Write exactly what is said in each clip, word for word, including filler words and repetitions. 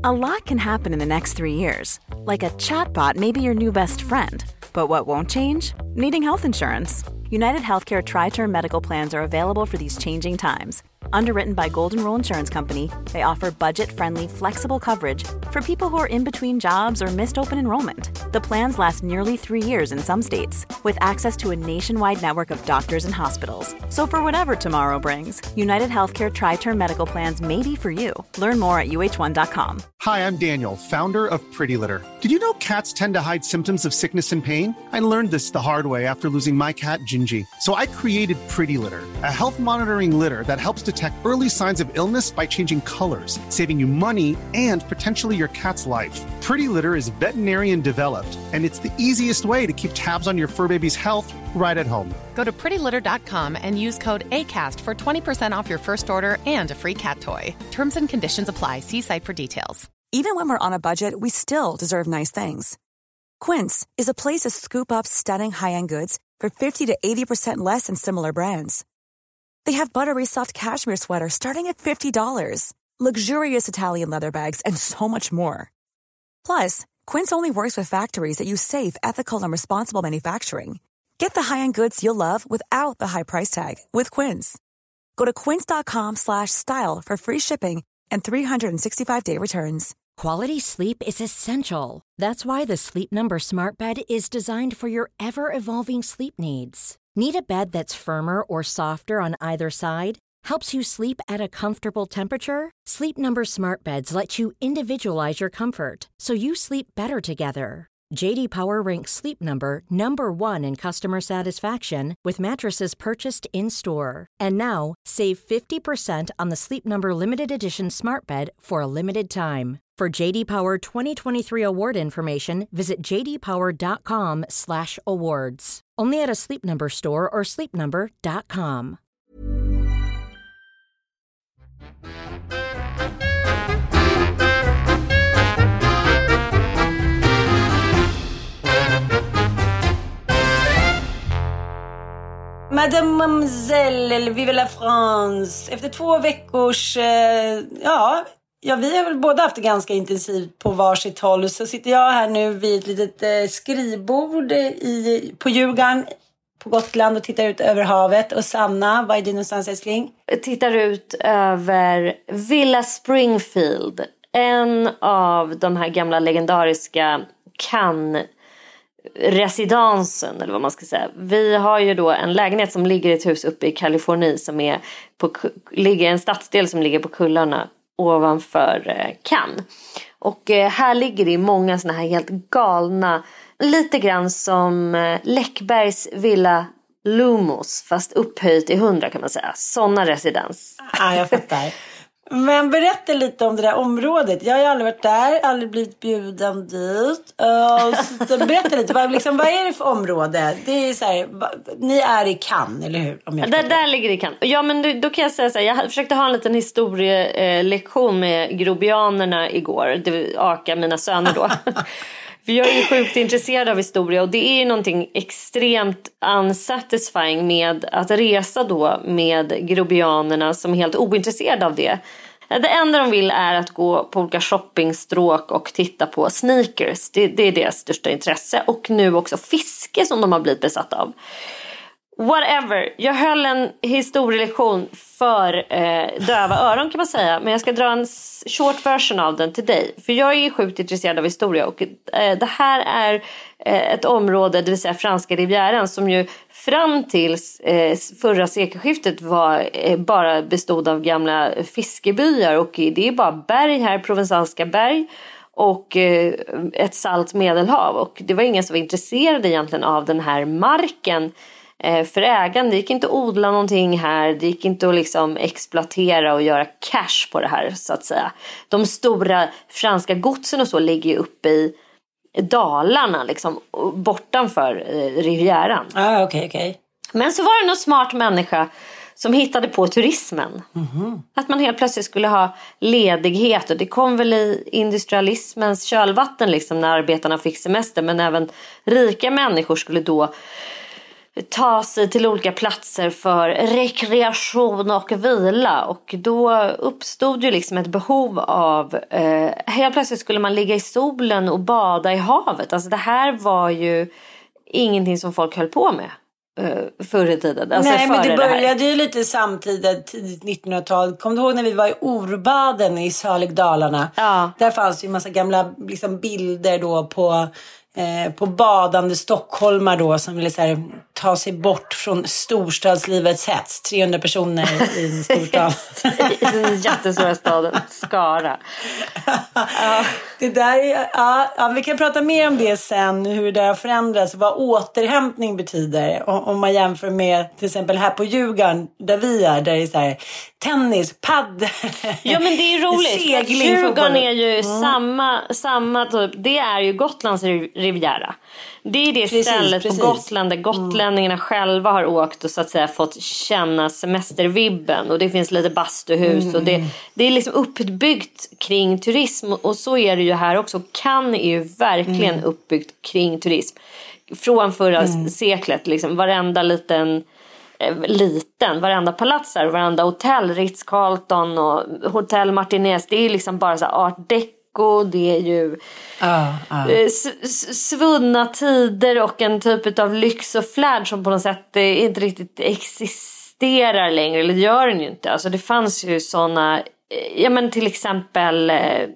A lot can happen in the next three years. Like a chatbot may be your new best friend. But what won't change? Needing health insurance. United Healthcare Tri-Term Medical Plans are available for these changing times. Underwritten by Golden Rule Insurance Company, they offer budget-friendly, flexible coverage for people who are in between jobs or missed open enrollment. The plans last nearly three years in some states, with access to a nationwide network of doctors and hospitals. So for whatever tomorrow brings, United Healthcare Tri-Term Medical Plans may be for you. Learn more at U H one dot com. Hi, I'm Daniel, founder of Pretty Litter. Did you know cats tend to hide symptoms of sickness and pain? I learned this the hard way after losing my cat, Gingy. So I created Pretty Litter, a health monitoring litter that helps detect early signs of illness by changing colors, saving you money and potentially your cat's life. Pretty Litter is veterinarian developed, and it's the easiest way to keep tabs on your fur baby's health right at home. Go to pretty litter dot com and use code ACAST for twenty percent off your first order and a free cat toy. Terms and conditions apply. See site for details. Even when we're on a budget, we still deserve nice things. Quince is a place to scoop up stunning high-end goods for fifty to eighty percent less than similar brands. They have buttery soft cashmere sweaters starting at fifty dollars, luxurious Italian leather bags, and so much more. Plus, Quince only works with factories that use safe, ethical, and responsible manufacturing. Get the high-end goods you'll love without the high price tag with Quince. Go to quince.com slash style for free shipping and three sixty-five day returns. Quality sleep is essential. That's why the Sleep Number Smart Bed is designed for your ever-evolving sleep needs. Need a bed that's firmer or softer on either side? Helps you sleep at a comfortable temperature? Sleep Number Smart Beds let you individualize your comfort, so you sleep better together. J D Power ranks Sleep Number number one in customer satisfaction with mattresses purchased in-store. And now, save fifty percent on the Sleep Number Limited Edition Smart Bed for a limited time. For J D Power twenty twenty-three award information, visit j d power dot com slash awards. Only at a Sleep Number store or sleep number dot com. Mademoiselle, eller Vive la France. Efter två veckors, eh, ja, ja, vi har väl båda haft det ganska intensivt på varsitt håll. Så sitter jag här nu vid ett litet eh, skrivbord i, på Djurgården på Gotland och tittar ut över havet. Och Sanna, vad är du någonstans, älskling? Jag tittar ut över Villa Springfield. En av de här gamla legendariska Cannes residensen, eller vad man ska säga. Vi har ju då en lägenhet som ligger i ett hus uppe i Kalifornien som är på, ligger en stadsdel som ligger på kullarna ovanför eh, Cannes. Och eh, här ligger det många såna här helt galna, lite grann som eh, Läckbergs Villa Lumos, fast upphöjt i hundra kan man säga. Såna residens. Ja, jag fattar. Men berätta lite om det där området. Jag har ju aldrig varit där, aldrig blivit bjuden dit. Uh, så berätta lite, vad, liksom, vad är det för område? Det är så här, ni är i Cannes, eller hur? Om jag där, där ligger det i Cannes. Ja, men då, då kan jag säga så här, jag försökte ha en liten historielektion med grobianerna igår. Det aka mina söner då. För jag är ju sjukt intresserad av historia, och det är ju någonting extremt unsatisfying med att resa då med grobianerna som är helt ointresserade av det. Det enda de vill är att gå på olika shoppingstråk och titta på sneakers. Det, det är deras största intresse. Och nu också fiske som de har blivit besatt av. Whatever. Jag höll en historielektion för eh, döva öron kan man säga. Men jag ska dra en short version av den till dig. För jag är sjukt intresserad av historia. Och eh, det här är eh, ett område, det vill säga franska rivieran, som ju fram till eh, förra sekelskiftet var eh, bara bestod av gamla fiskebyar. Och det är bara berg här, provensanska berg. Och eh, ett salt medelhav. Och det var ingen som var intresserad egentligen av den här marken. För ägaren, det gick inte att odla någonting här. Det gick inte att liksom exploatera och göra cash på det här, så att säga. De stora franska godsen och så ligger ju uppe i dalarna, liksom bortanför eh, rivieran. Ah, okej, okay, okej. Okay. Men så var det någon smart människa som hittade på turismen. Mm-hmm. Att man helt plötsligt skulle ha ledighet. Och det kom väl i industrialismens kölvatten liksom, när arbetarna fick semester. Men även rika människor skulle då ta sig till olika platser för rekreation och vila. Och då uppstod ju liksom ett behov av... Eh, helt plötsligt skulle man ligga i solen och bada i havet. Alltså det här var ju ingenting som folk höll på med eh, förr i tiden. Alltså Nej, men det började det ju lite samtidigt, tidigt nittonhundratal. Kommer du ihåg när vi var i Orbaden i Saligdalarna? Ja. Där fanns ju en massa gamla liksom, bilder då på... Eh, på badande stockholmar då som ville så här, ta sig bort från storstadslivets hets. trehundra personer i en storstad. I den jättestora staden Skara. Ja. Det där är, ja, ja, vi kan prata mer om det sen, hur det har förändrats, vad återhämtning betyder. Om, om man jämför med till exempel här på Djurgården där vi är, där det är så här, tennis, paddel. Ja, men det är roligt. Segling, Djurgården är ju mm. samma, samma typ. Det är ju Gotlands riviera. Det är det precis, stället precis. på Gotland där gotlänningarna mm. själva har åkt och så att säga fått känna semestervibben. Och det finns lite bastuhus mm. och det, det är liksom uppbyggt kring turism. Och så är det ju här också. Kan är ju verkligen mm. uppbyggt kring turism. Från förra mm. seklet liksom. Varenda liten... liten, varenda palats här, varenda hotell, Ritz-Carlton och Hotel Martinez, det är liksom bara så här art deco, det är ju ah, ah. S- svunna tider och en typ av lyx och flärd som på något sätt inte riktigt existerar längre, eller gör den ju inte. Alltså det fanns ju såna, ja men till exempel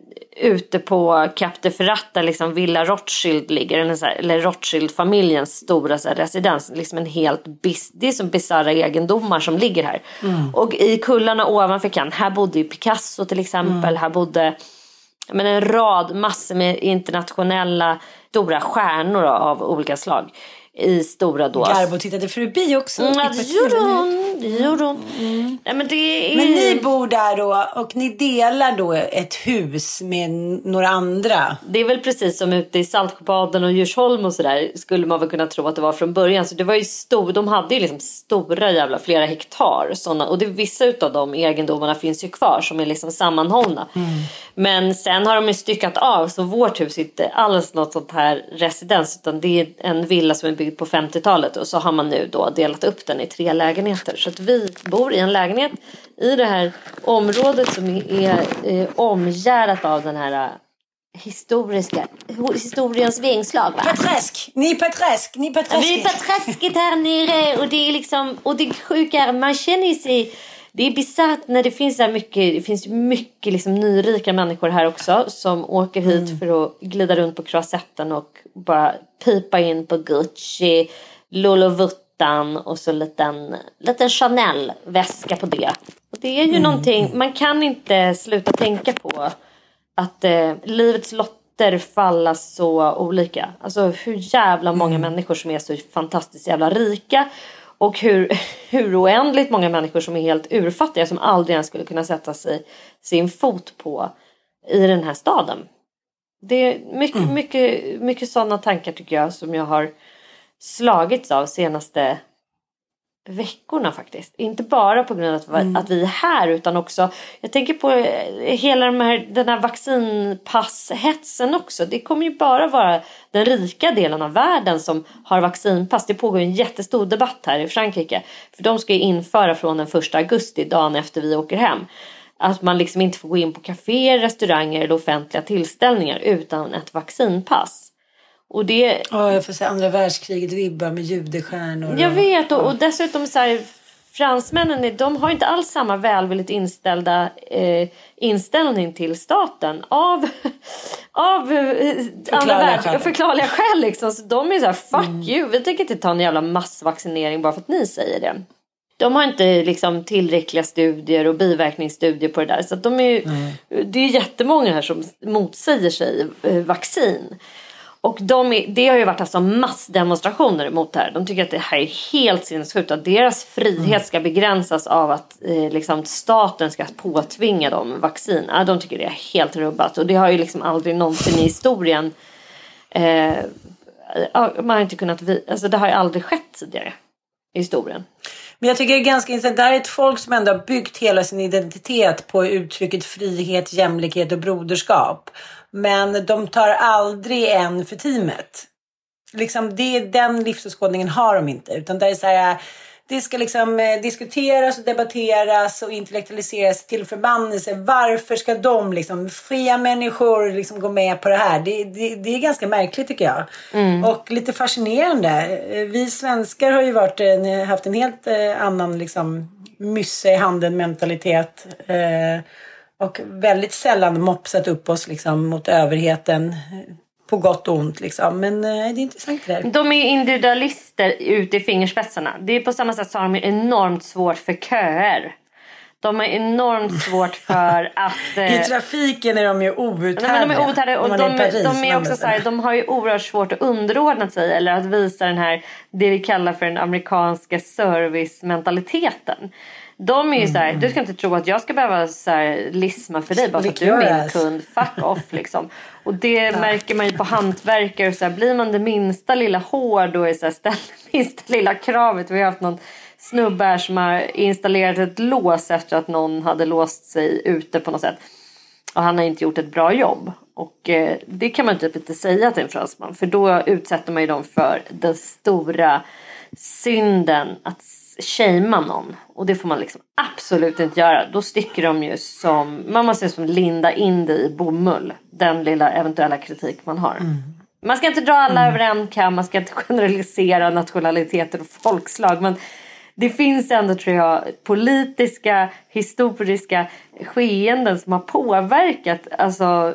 ute på Cap de Ferrata, liksom Villa Rothschild ligger, eller, så här, eller Rothschild-familjens stora så här, residens, liksom en helt bis, det är som bizarra egendomar som ligger här. Mm. Och i kullarna ovanför kan, här bodde ju Picasso till exempel, mm. här bodde men en rad, massor med internationella stora stjärnor av olika slag. I stora då. Garbo tittade förbi också. Mm, ja, det gjorde hon. Det gjorde hon. Mm. Ja, men, det är... men ni bor där då och ni delar då ett hus med några andra. Det är väl precis som ute i Saltsjöbaden och Djursholm och sådär skulle man väl kunna tro att det var från början. Så det var ju stor, de hade ju liksom stora jävla flera hektar såna, och det, vissa utav de egendomarna finns ju kvar som är liksom sammanhållna. Mm. Men sen har de ju styckat av, så vårt hus är inte alls något sånt här residens, utan det är en villa som är byggd på femtiotalet, och så har man nu då delat upp den i tre lägenheter. Så att vi bor i en lägenhet i det här området som är eh, omgärdat av den här eh, historiska historiens vingslag, va? Paträsk, ni paträsk, ni paträsk. Vi är paträsket här nere, och det är liksom, och det sjuka, man känner sig, det är bisarrt när det finns så här mycket, det finns mycket liksom nyrika människor här också som åker hit mm. för att glida runt på Croisetten och bara pipa in på Gucci, Lolo Vuitton och så liten liten Chanel-väska på det. Och det är ju mm. någonting, man kan inte sluta tänka på att eh, livets lotter falla så olika. Alltså hur jävla många mm. människor som är så fantastiskt jävla rika. Och hur, hur oändligt många människor som är helt urfattiga, som aldrig ens skulle kunna sätta sig sin fot på i den här staden. Det är mycket, mm. mycket, mycket sådana tankar tycker jag som jag har slagits av senaste veckorna faktiskt. Inte bara på grund av att, mm. att vi är här, utan också, jag tänker på hela de här, den här vaccinpasshetsen också. Det kommer ju bara vara den rika delen av världen som har vaccinpass. Det pågår en jättestor debatt här i Frankrike. För de ska ju införa från den första augusti, dagen efter vi åker hem, att man liksom inte får gå in på kaféer, restauranger eller offentliga tillställningar utan ett vaccinpass. Och det... Ja, jag får se andra världskriget vibbar med judestjärnor. Jag vet, och, och dessutom så här, fransmännen, de har inte alls samma välvilligt inställda eh, inställning till staten av, av eh, andra värld, förklarliga skäl liksom. Så de är så här, fuck mm. you, vi tänker inte ta en jävla massvaccinering bara för att ni säger det. De har inte liksom tillräckliga studier och biverkningsstudier på det där. Så att de är, mm. det är jättemånga här som motsäger sig eh, vaccin. Och de är, det har ju varit alltså massdemonstrationer mot det här. De tycker att det här är helt sinnessjukt. Att deras frihet ska begränsas av att eh, liksom staten ska påtvinga dem vaccin. Ja, de tycker det är helt rubbat. Och det har ju liksom aldrig någonsin i historien... Eh, man har inte kunnat... Alltså det har ju aldrig skett tidigare i historien. Men jag tycker det är ganska intressant. Det här är ett folk som ändå har byggt hela sin identitet på uttrycket frihet, jämlikhet och broderskap. Men de tar aldrig en för teamet. liksom, det, den livsåskådningen har de inte. Utan det är så här, det ska liksom eh, diskuteras och debatteras och intellektualiseras till förbannelse. Varför ska de liksom, fria människor liksom gå med på det här? Det, det, det är ganska märkligt tycker jag. Mm. Och lite fascinerande. Vi svenskar har ju varit, eh, haft en helt eh, annan liksom, mysse i handen mentalitet. Eh, och väldigt sällan mopsat upp oss liksom, mot överheten. På gott och ont liksom. Men eh, det är intressant det där. De är individualister ute i fingerspetsarna. Det är på samma sätt som de är enormt svårt för köer. De har enormt svårt för att... Eh... I trafiken är de ju outhärdliga. Nej, men de är outhärdliga. Och de, Paris, de är också så här, de har ju oerhört svårt att underordna sig. Eller att visa den här, det vi kallar för den amerikanska servicementaliteten. De är ju mm. så här, du ska inte tro att jag ska behöva så här, lisma för dig bara för att du är min kund. Fuck off liksom. Och det ja. märker man ju på hantverkare. Så här, blir man det minsta lilla hår då är så här, ställ minsta lilla kravet. Vi har haft någon snubbe här som har installerat ett lås efter att någon hade låst sig ute på något sätt. Och han har inte gjort ett bra jobb. Och eh, det kan man typ inte säga till en fransman. För då utsätter man ju dem för den stora synden att shama någon. Och det får man liksom absolut inte göra. Då sticker de ju som, man måste som linda in det i bomull. Den lilla eventuella kritik man har. Mm. Man ska inte dra alla mm. över en kam. Man ska inte generalisera nationaliteter och folkslag. Men det finns ändå, tror jag, politiska, historiska skeenden som har påverkat alltså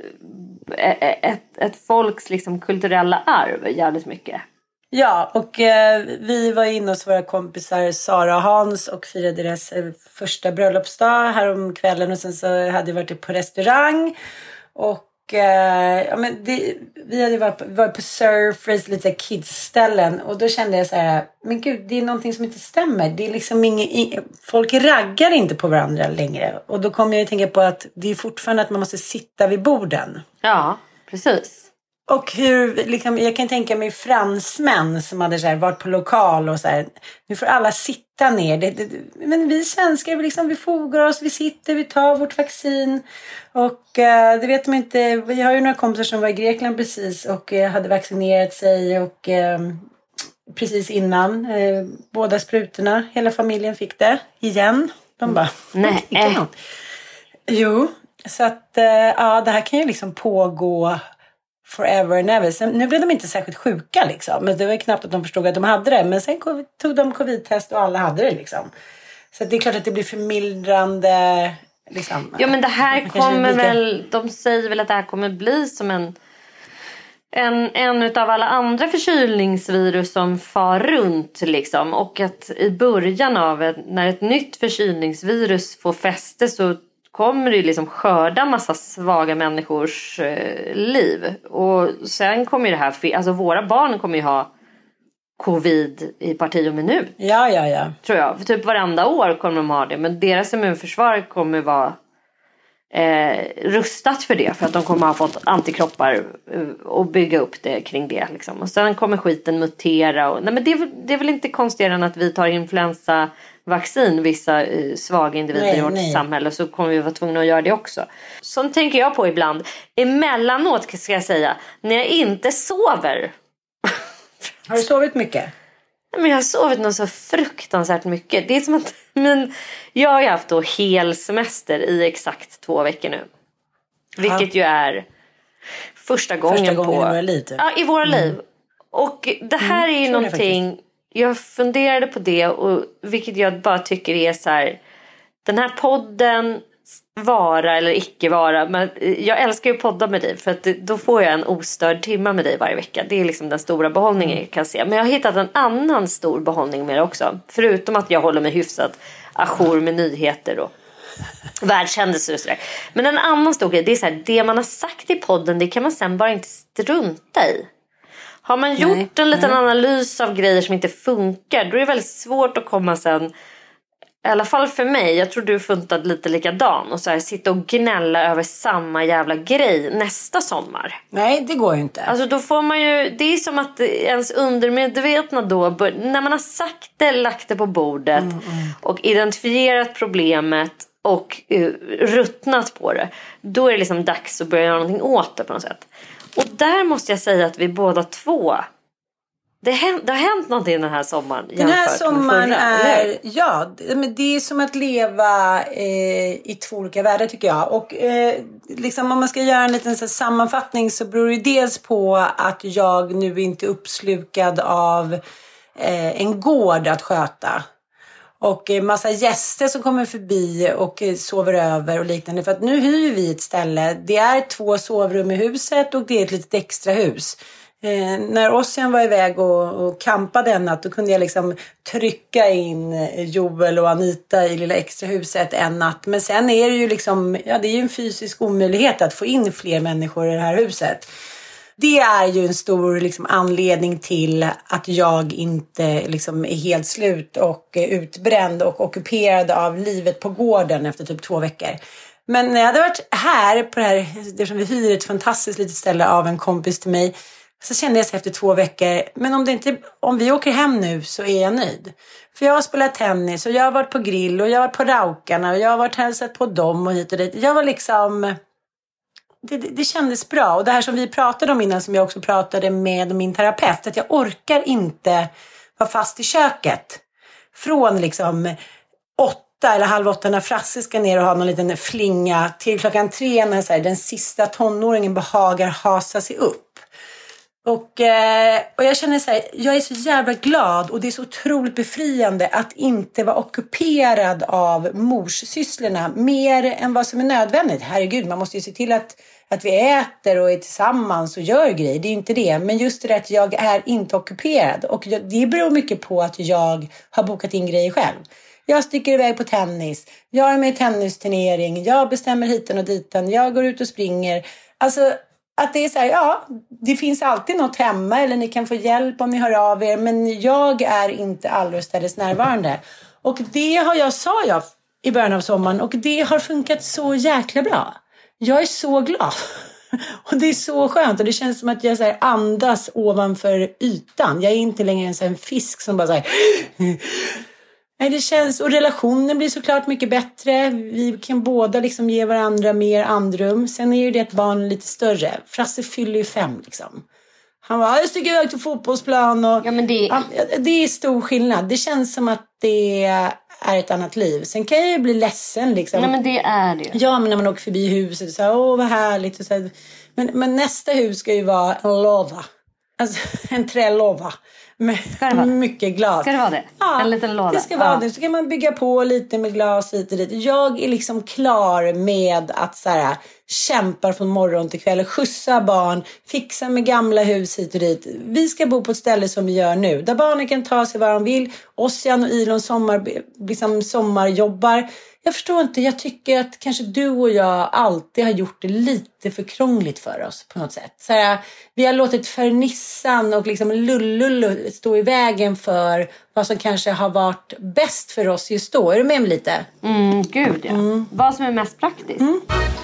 ett, ett folks liksom kulturella arv jävligt mycket. Ja, och eh, vi var inne hos våra kompisar Sara och Hans och firade deras eh, första bröllopsdag här om kvällen. Och sen så hade vi varit på restaurang. Och eh, ja, men det, vi hade varit på, varit på surfers, lite kidsställen. Och då kände jag så här, men gud, det är någonting som inte stämmer. Det är liksom inget, folk raggar inte på varandra längre. Och då kom jag att tänka på att det är fortfarande att man måste sitta vid borden. Ja, precis. Och hur, liksom, jag kan tänka mig fransmän som hade så här, varit på lokal och så här, nu får alla sitta ner. Det, det, men vi svenskar, vi, liksom, vi fogar oss, vi sitter, vi tar vårt vaccin. Och eh, det vet man inte, vi har ju några kompisar som var i Grekland precis och eh, hade vaccinerat sig och eh, precis innan eh, båda sprutorna, hela familjen fick det igen. De bara, nej. Äh. Jo, så att eh, ja, det här kan ju liksom pågå forever and ever. Sen, nu blev de inte särskilt sjuka liksom. Men det var knappt att de förstod att de hade det. Men sen tog de covid-test och alla hade det liksom. Så det är klart att det blir förmildrande liksom. Ja, men det här kommer lika... väl, de säger väl att det här kommer bli som en en, en utav alla andra förkylningsvirus som far runt liksom. Och att i början av ett, när ett nytt förkylningsvirus får fäste så kommer det liksom skörda massa svaga människors eh, liv. Och sen kommer det här, alltså våra barn kommer ju ha covid i parti och minut. Ja, ja, ja. Tror jag. För typ varenda år kommer de ha det. Men deras immunförsvar kommer vara eh, rustat för det. För att de kommer ha fått antikroppar och bygga upp det kring det. Liksom. Och sen kommer skiten mutera. Och, nej, men det, det är väl inte konstigare än att vi tar influensa vaccin, vissa eh, svaga individer nej, i vårt nej. samhälle, så kommer vi vara tvungna att göra det också. Sånt tänker jag på ibland. Emellanåt ska jag säga, när jag inte sover. Har du sovit mycket? Men jag har sovit något så fruktansvärt mycket. Det är som att men jag har haft då hel semester i exakt två veckor nu. Vilket ja. ju är första gången, första gången på i våra liv. Typ. Ja, i våra mm. liv. Och det här mm, är ju någonting jag funderade på det, och vilket jag bara tycker är så här, den här podden vara eller icke vara, men jag älskar ju att podda med dig för att då får jag en ostörd timme med dig varje vecka. Det är liksom den stora behållningen jag kan se. Men jag har hittat en annan stor behållning med det också, förutom att jag håller mig hyfsat ajour med nyheter och världshändelser och sådär. Men en annan stor grej, det är så här, det man har sagt i podden, det kan man sen bara inte strunta i. Har man gjort nej, en liten nej. analys av grejer som inte funkar, då är det väldigt svårt att komma sen, i alla fall för mig, jag tror du funtade lite likadan, och så här, sitta och gnälla över samma jävla grej nästa sommar. Nej, det går ju inte. Alltså då får man ju, det är som att ens undermedvetna då, bör, när man har sagt det, lagt det på bordet mm, mm. och identifierat problemet och uh, ruttnat på det, då är det liksom dags att börja göra någonting åt det på något sätt. Och där måste jag säga att vi båda två Det, hänt, det har hänt någonting den här sommaren. Den här sommaren förra, är, ja, det är som att leva eh, i två olika världar tycker jag. Och eh, liksom om man ska göra en liten så här, sammanfattning så beror det dels på att jag nu inte är uppslukad av eh, en gård att sköta. Och eh, massa gäster som kommer förbi och eh, sover över och liknande. För att nu hyr vi ett ställe. Det är två sovrum i huset och det är ett litet extra hus. Eh, när Ossian var iväg och, och kampade en natt, då kunde jag liksom trycka in Joel och Anita i lilla extra huset en natt. Men sen är det ju liksom, ja, det är ju en fysisk omöjlighet att få in fler människor i det här huset. Det är ju en stor liksom, anledning till att jag inte liksom, är helt slut och eh, utbränd och ockuperad av livet på gården efter typ två veckor. Men när jag hade varit här på det här, det som vi hyr ett fantastiskt litet ställe av en kompis till mig, så kände jag sig efter två veckor, men om, det inte, om vi åker hem nu så är jag nöjd. För jag har spelat tennis och jag har varit på grill och jag har varit på Raukarna och jag har varit hälsat på dem och hit och dit. Jag var liksom, det, det, det kändes bra. Och det här som vi pratade om innan, som jag också pratade med min terapeut, att jag orkar inte vara fast i köket. Från liksom åtta eller halv åtta när Frasse ska ner och ha någon liten flinga till klockan tre när så här, den sista tonåringen behagar hasa sig upp. Och, eh, och jag känner så här, jag är så jävla glad och det är så otroligt befriande att inte vara ockuperad av morssysslorna mer än vad som är nödvändigt. Herregud, man måste ju se till att, att vi äter och är tillsammans och gör grejer. Det är ju inte det, men just det att jag är inte ockuperad. Och det beror mycket på att jag har bokat in grejer själv. Jag sticker iväg på tennis, jag är med i tennisturnering, jag bestämmer hiten och diten, jag går ut och springer. Alltså... Att det är så här, ja, det finns alltid något hemma eller ni kan få hjälp om ni hör av er. Men jag är inte alldeles närvarande. Och det har jag, sa jag i början av sommaren. Och det har funkat så jäkla bra. Jag är så glad. Och det är så skönt. Och det känns som att jag så här andas ovanför ytan. Jag är inte längre en sån fisk som bara så här... Nej, det känns, och relationen blir såklart mycket bättre. Vi kan båda liksom ge varandra mer andrum. Sen är ju det ett barn lite större. Frasse fyller ju fem liksom. Han var, jag sticker iväg till fotbollsplan. Och, ja, men det... Ja, det är stor skillnad. Det känns som att det är ett annat liv. Sen kan jag ju bli ledsen liksom. Nej, men det är det. Ja, men när man åker förbi huset och så här, åh vad härligt. Och så här. Men, men nästa hus ska ju vara en låda. Alltså en trälåda. Med mycket glas. Ska det vara det? Ja, en liten låda. Det ska vara ja. det. Så kan man bygga på lite med glas hit och dit. Jag är liksom klar med att så här, kämpa från morgon till kväll. Skjutsa barn. Fixa med gamla hus hit och dit. Vi ska bo på ett ställe som vi gör nu. Där barnen kan ta sig vad de vill. Ossian och Ilon sommar, liksom sommarjobbar. Jag förstår inte, jag tycker att kanske du och jag alltid har gjort det lite för krångligt för oss på något sätt. Så här, vi har låtit fernissan och liksom lullull stå i vägen för vad som kanske har varit bäst för oss just då. Är du med mig lite? Mm, gud ja. Mm. Vad som är mest praktiskt? Mm.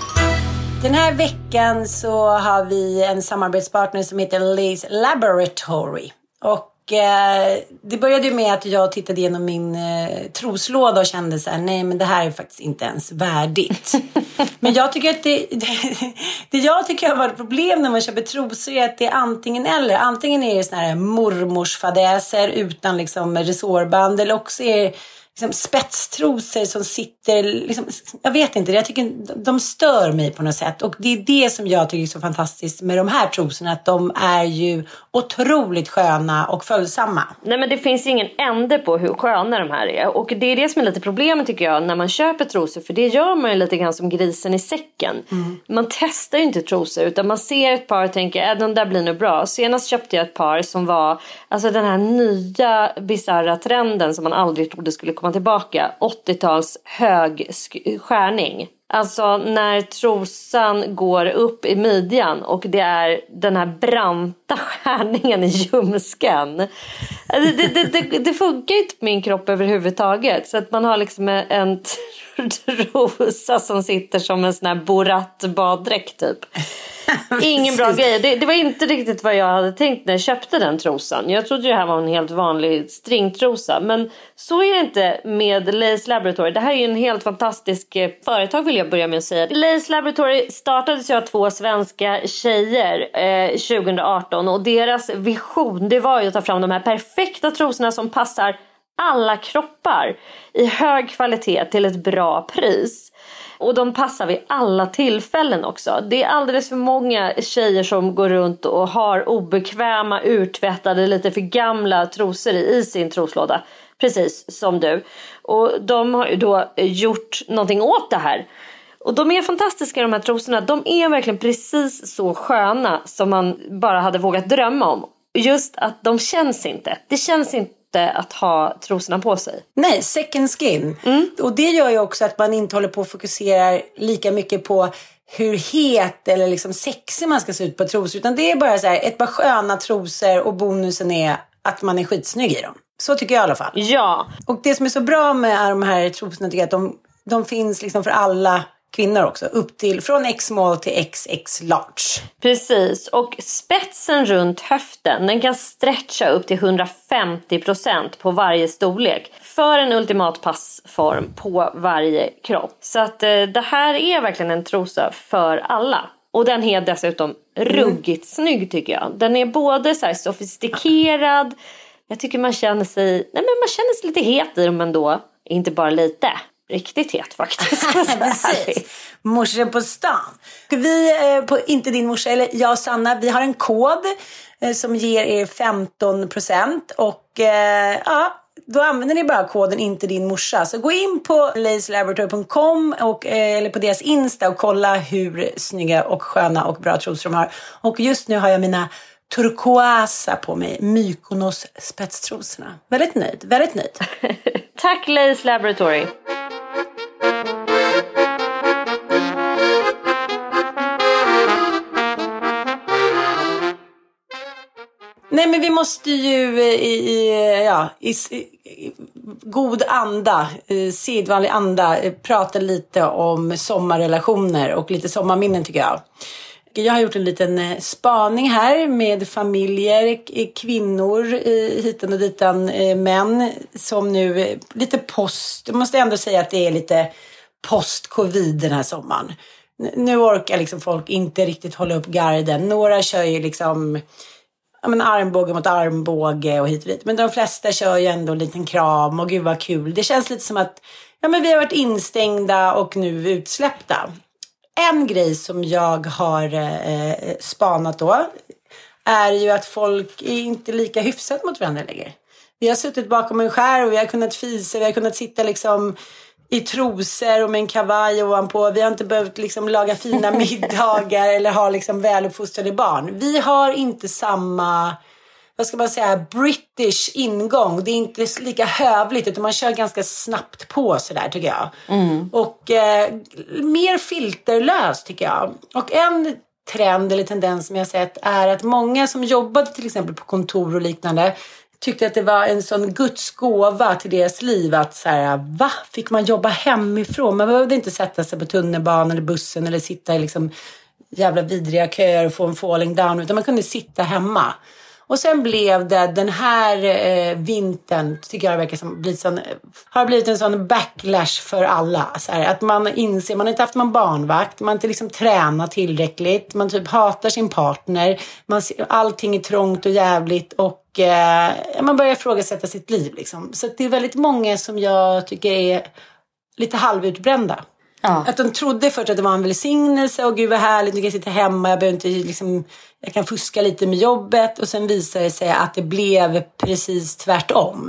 Den här veckan så har vi en samarbetspartner som heter Lace Laboratory. Och eh, det började ju med att jag tittade igenom min eh, troslåda och kände så här, nej men det här är faktiskt inte ens värdigt. Men jag tycker att det, det, det jag tycker har varit problem när man köper trosor är att det är antingen eller. Antingen är det såna här mormorsfadäser utan liksom resårband, eller också är det liksom spetstrosor som sitter liksom, jag vet inte, jag tycker de stör mig på något sätt. Och det är det som jag tycker är så fantastiskt med de här trosorna, att de är ju otroligt sköna och följsamma. Nej, men det finns ingen ände på hur sköna de här är. Och det är det som är lite problemet tycker jag när man köper trosor, för det gör man ju lite grann som grisen i säcken. Mm. Man testar ju inte trosor utan man ser ett par och tänker att äh, de där blir nog bra. Senast köpte jag ett par som var alltså den här nya bizarra trenden som man aldrig trodde skulle komma tillbaka, åttio-tals hög skärning. Alltså när trosan går upp i midjan och det är den här branta skärningen i ljumsken. Det, det, det, det funkar inte på min kropp överhuvudtaget. Så att man har liksom en trosa som sitter som en sån här Borat baddräkt typ. Ingen bra grej. Det, det var inte riktigt vad jag hade tänkt när jag köpte den trosan. Jag trodde det här var en helt vanlig stringtrosa. Men så är det inte med Lace Laboratory. Det här är ju en helt fantastisk företag, vill jag börja med att säga. Lace Laboratory startades ju av två svenska tjejer eh, tjugo arton. Och deras vision, det var ju att ta fram de här perfekta trosorna som passar alla kroppar i hög kvalitet till ett bra pris. Och de passar vid alla tillfällen också. Det är alldeles för många tjejer som går runt och har obekväma, urtvättade, lite för gamla trosor i sin troslåda. Precis som du. Och de har ju då gjort någonting åt det här. Och de är fantastiska, de här trosorna. De är verkligen precis så sköna som man bara hade vågat drömma om. Just att de känns inte. Det känns inte att ha trosorna på sig. Nej, second skin. Mm. Och det gör ju också att man inte håller på att fokusera lika mycket på hur het eller liksom sexig man ska se ut på trosor. Utan det är bara så här, ett par sköna trosor och bonusen är att man är skitsnygg i dem. Så tycker jag i alla fall. Ja. Och det som är så bra med de här trosorna tycker jag att de, de finns liksom för alla kvinnor också. Upp till, från X-small till X X large. Precis, och spetsen runt höften, den kan stretcha upp till hundrafemtio procent på varje storlek. För en ultimat passform på varje kropp. Så att eh, det här är verkligen en trosa för alla. Och den är dessutom ruggigt mm. snygg tycker jag. Den är både så här sofistikerad. Jag tycker man känner sig, nej men man känner sig lite het i dem ändå. Inte bara lite. Riktigt het faktiskt. Precis. Morsen på stan. Vi eh, på Inte din morsa, eller jag och Sanna, vi har en kod eh, som ger er femton procent. Och eh, ja, då använder ni bara koden Inte din morsa. Så gå in på lace laboratory punkt com och, eh, eller på deras Insta och kolla hur snygga och sköna och bra trosor de har. Och just nu har jag mina turkoasa på mig. Mykonos spetstrosorna. Väldigt nöjd, väldigt nöjd. Tack Lace Laboratory. Nej, men vi måste ju i, i, ja, i, i god anda, i sedvanlig anda, prata lite om sommarrelationer och lite sommarminnen tycker jag. Jag har gjort en liten spaning här med familjer, kvinnor hitan och ditan, män som nu lite post, jag måste ändå säga att det är lite post-covid den här sommaren. Nu orkar liksom folk inte riktigt hålla upp garden. Några kör ju liksom ja, men armbåge mot armbåge och hit och dit. Men de flesta kör ju ändå en liten kram och gud vad kul. Det känns lite som att ja, men vi har varit instängda och nu utsläppta. En grej som jag har eh, spanat då är ju att folk är inte lika hyfsat mot varandra längre. Vi har suttit bakom en skärm och vi har kunnat fisa, vi har kunnat sitta liksom i trosor och med en kavaj ovanpå. Vi har inte behövt liksom laga fina middagar eller ha liksom väluppfostrade barn. Vi har inte samma, vad ska man säga, British ingång. Det är inte lika hövligt utan man kör ganska snabbt på sådär tycker jag. Mm. Och eh, mer filterlöst tycker jag. Och en trend eller tendens som jag har sett är att många som jobbade till exempel på kontor och liknande tyckte att det var en sån Guds gåva till deras liv att så här, va? Fick man jobba hemifrån? Man behövde inte sätta sig på tunnelbanan eller bussen eller sitta i liksom jävla vidriga köer och få en falling down utan man kunde sitta hemma. Och sen blev det den här eh, vintern tycker jag det verkar som blivit sån, har blivit en sån backlash för alla. Så här, att man inser, man har inte haft någon barnvakt, man har inte liksom tränat tillräckligt, man typ hatar sin partner, man, allting är trångt och jävligt och eh, man börjar ifrågasätta sitt liv. Liksom. Så det är väldigt många som jag tycker är lite halvutbrända. Ja. Att de trodde först att det var en välsignelse och gud vad härligt, nu kan jag sitta hemma, jag behöver inte liksom, jag kan fuska lite med jobbet och sen visar det sig att det blev precis tvärtom.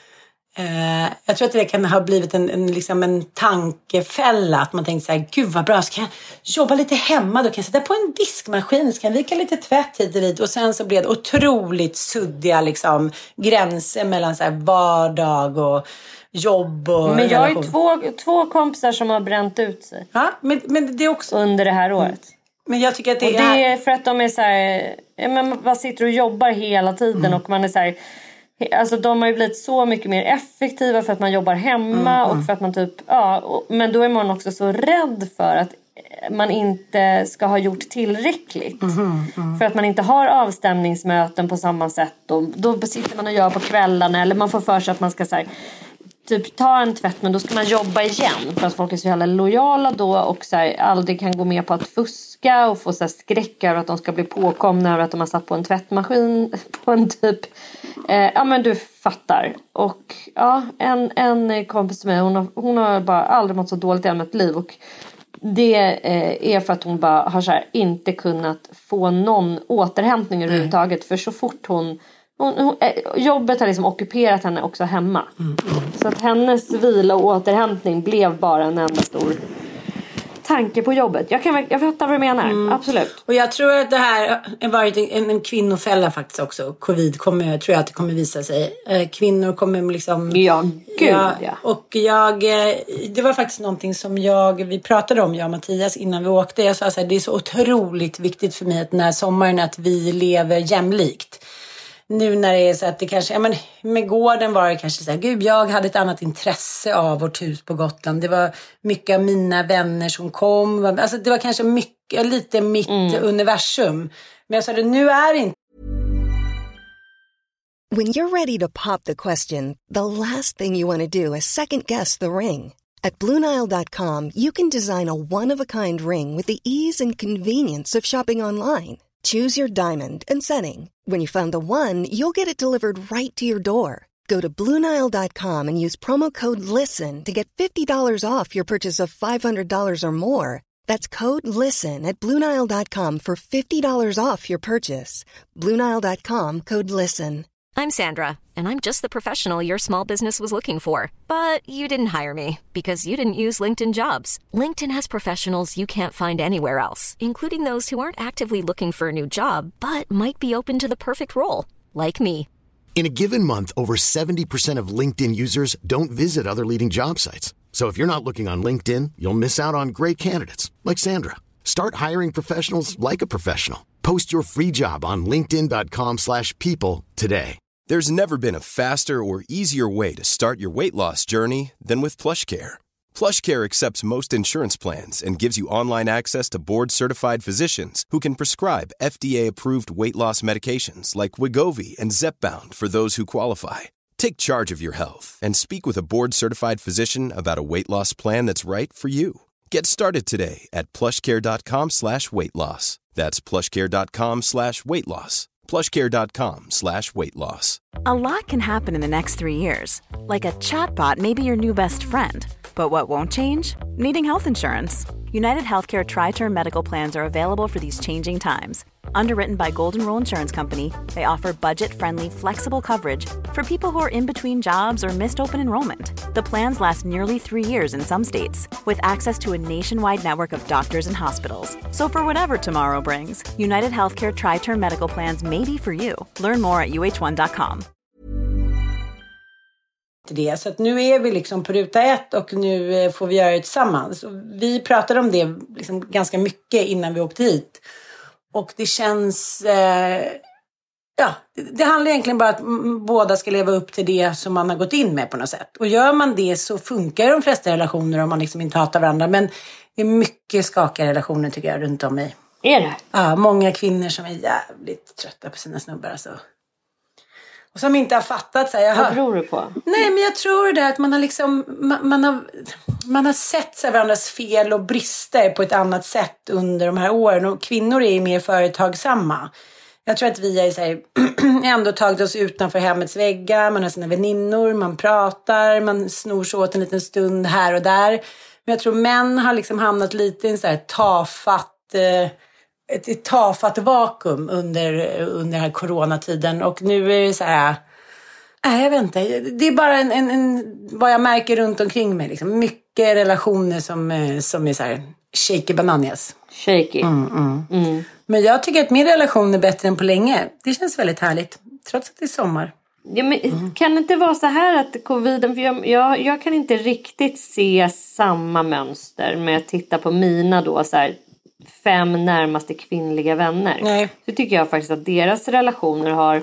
Eh, jag tror att det kan ha blivit en, en, liksom en tankefälla att man tänkte så här, gud vad bra, så kan jag jobba lite hemma, då kan jag sätta på en diskmaskin, så kan jag vika lite tvätt hit och dit och sen så blev det otroligt suddiga liksom, gränser mellan så här, vardag och jobb och men jag har ju två, två kompisar som har bränt ut sig. Ja, men, men det är också under det här året. Mm. Men jag tycker att det, och det är för att de är så här, ja, men man sitter och jobbar hela tiden mm. och man är så här, alltså de har ju blivit så mycket mer effektiva för att man jobbar hemma mm. och för att man typ, ja, och, men då är man också så rädd för att man inte ska ha gjort tillräckligt. Mm, mm. För att man inte har avstämningsmöten på samma sätt. Och då sitter man och gör på kvällarna. Eller man får för sig att man ska så här, typ ta en tvätt, men då ska man jobba igen. För att folk är så jävla lojala då. Och så här, aldrig kan gå med på att fuska. Och få så här skräck över att de ska bli påkomna. Över att de har satt på en tvättmaskin. På en typ... Eh, ja men du fattar. Och ja, en, en kompis till mig, hon har, hon har bara aldrig mått så dåligt i hela mitt liv. Och det eh, är för att hon bara har så här, inte kunnat få någon återhämtning mm. överhuvudtaget. För så fort hon, hon, hon eh, jobbet har liksom ockuperat henne också hemma. Mm. Så att hennes vila och återhämtning blev bara en enda stor tanke på jobbet. Jag kan jag fattar vad du menar. Mm. Absolut. Och jag tror att det här har varit en, en kvinnofälla faktiskt också. Covid kommer, jag tror att det kommer visa sig. Eh, kvinnor kommer liksom... Ja, gud ja. ja. Och jag... Det var faktiskt någonting som jag... Vi pratade om, jag och Mattias, innan vi åkte. Jag sa så här, det är så otroligt viktigt för mig att den här sommaren att vi lever jämlikt. Nu när det är så att det kanske, ja men med gården var det kanske så här, gud jag hade ett annat intresse av vårt hus på Gotland. Det var mycket av mina vänner som kom. Alltså det var kanske mycket, lite mitt mm. universum. Men jag sa det, nu är det inte. When you're ready to pop the question, the last thing you want to do is second guess the ring. At Blue Nile dot com you can design a one-of-a-kind ring with the ease and convenience of shopping online. Choose your diamond and setting. When you find the one, you'll get it delivered right to your door. Go to Blue Nile dot com and use promo code LISTEN to get fifty dollars off your purchase of five hundred dollars or more. That's code LISTEN at Blue Nile dot com for fifty dollars off your purchase. Blue Nile dot com, code LISTEN. I'm Sandra, and I'm just the professional your small business was looking for. But you didn't hire me, because you didn't use LinkedIn Jobs. LinkedIn has professionals you can't find anywhere else, including those who aren't actively looking for a new job, but might be open to the perfect role, like me. In a given month, over seventy percent of LinkedIn users don't visit other leading job sites. So if you're not looking on LinkedIn, you'll miss out on great candidates, like Sandra. Start hiring professionals like a professional. Post your free job on linkedin dot com slash people today. There's never been a faster or easier way to start your weight loss journey than with PlushCare. PlushCare accepts most insurance plans and gives you online access to board-certified physicians who can prescribe F D A-approved weight loss medications like Wegovy and Zepbound for those who qualify. Take charge of your health and speak with a board-certified physician about a weight loss plan that's right for you. Get started today at plushcare dot com slash weight loss. That's plushcare dot com slash weight loss. plushcare dot com slash weight loss. A lot can happen in the next three years. Like a chatbot may be your new best friend. But what won't change? Needing health insurance. United Healthcare Tri-Term Medical Plans are available for these changing times. Underwritten by Golden Rule Insurance Company, they offer budget-friendly, flexible coverage for people who are in between jobs or missed open enrollment. The plans last nearly three years in some states, with access to a nationwide network of doctors and hospitals. So for whatever tomorrow brings, United Healthcare Tri-Term Medical Plans may be for you. Learn more at u h one dot com. Det. Så att nu är vi liksom på ruta ett och nu får vi göra det tillsammans. Och vi pratade om det liksom ganska mycket innan vi åkte hit. Och det känns... Eh, ja, det, det handlar egentligen bara att m- båda ska leva upp till det som man har gått in med på något sätt. Och gör man det så funkar de flesta relationer om man liksom inte hatar varandra. Men det är mycket skakiga relationer tycker jag runt om mig. Är det? Ja, många kvinnor som är jävligt trötta på sina snubbar alltså. Och som inte har fattat så här, jag Vad hör... beror du på? Nej, men jag tror det att man har liksom man, man har man har sett så här, varandras fel och brister på ett annat sätt under de här åren, och kvinnor är ju mer företagsamma. Jag tror att vi är så här, ändå tagit oss utanför hemmets väggar, man har sina väninnor, man pratar, man snor sig åt en liten stund här och där. Men jag tror män har liksom hamnat lite i en så här tafatt eh, ett, ett tafatt vakuum under, under den här coronatiden. Och nu är det så här... Nej, jag vet inte. Det är bara en, en, en, vad jag märker runt omkring mig. Liksom. Mycket relationer som, som är så här shaky bananas. Shaky. Mm, mm. Mm. Men jag tycker att min relation är bättre än på länge. Det känns väldigt härligt. Trots att det är sommar. Ja, men mm. Kan det inte vara så här att coviden... För jag, jag, jag kan inte riktigt se samma mönster med att titta på mina då så här... fem närmaste kvinnliga vänner. Nej. Så tycker jag faktiskt att deras relationer har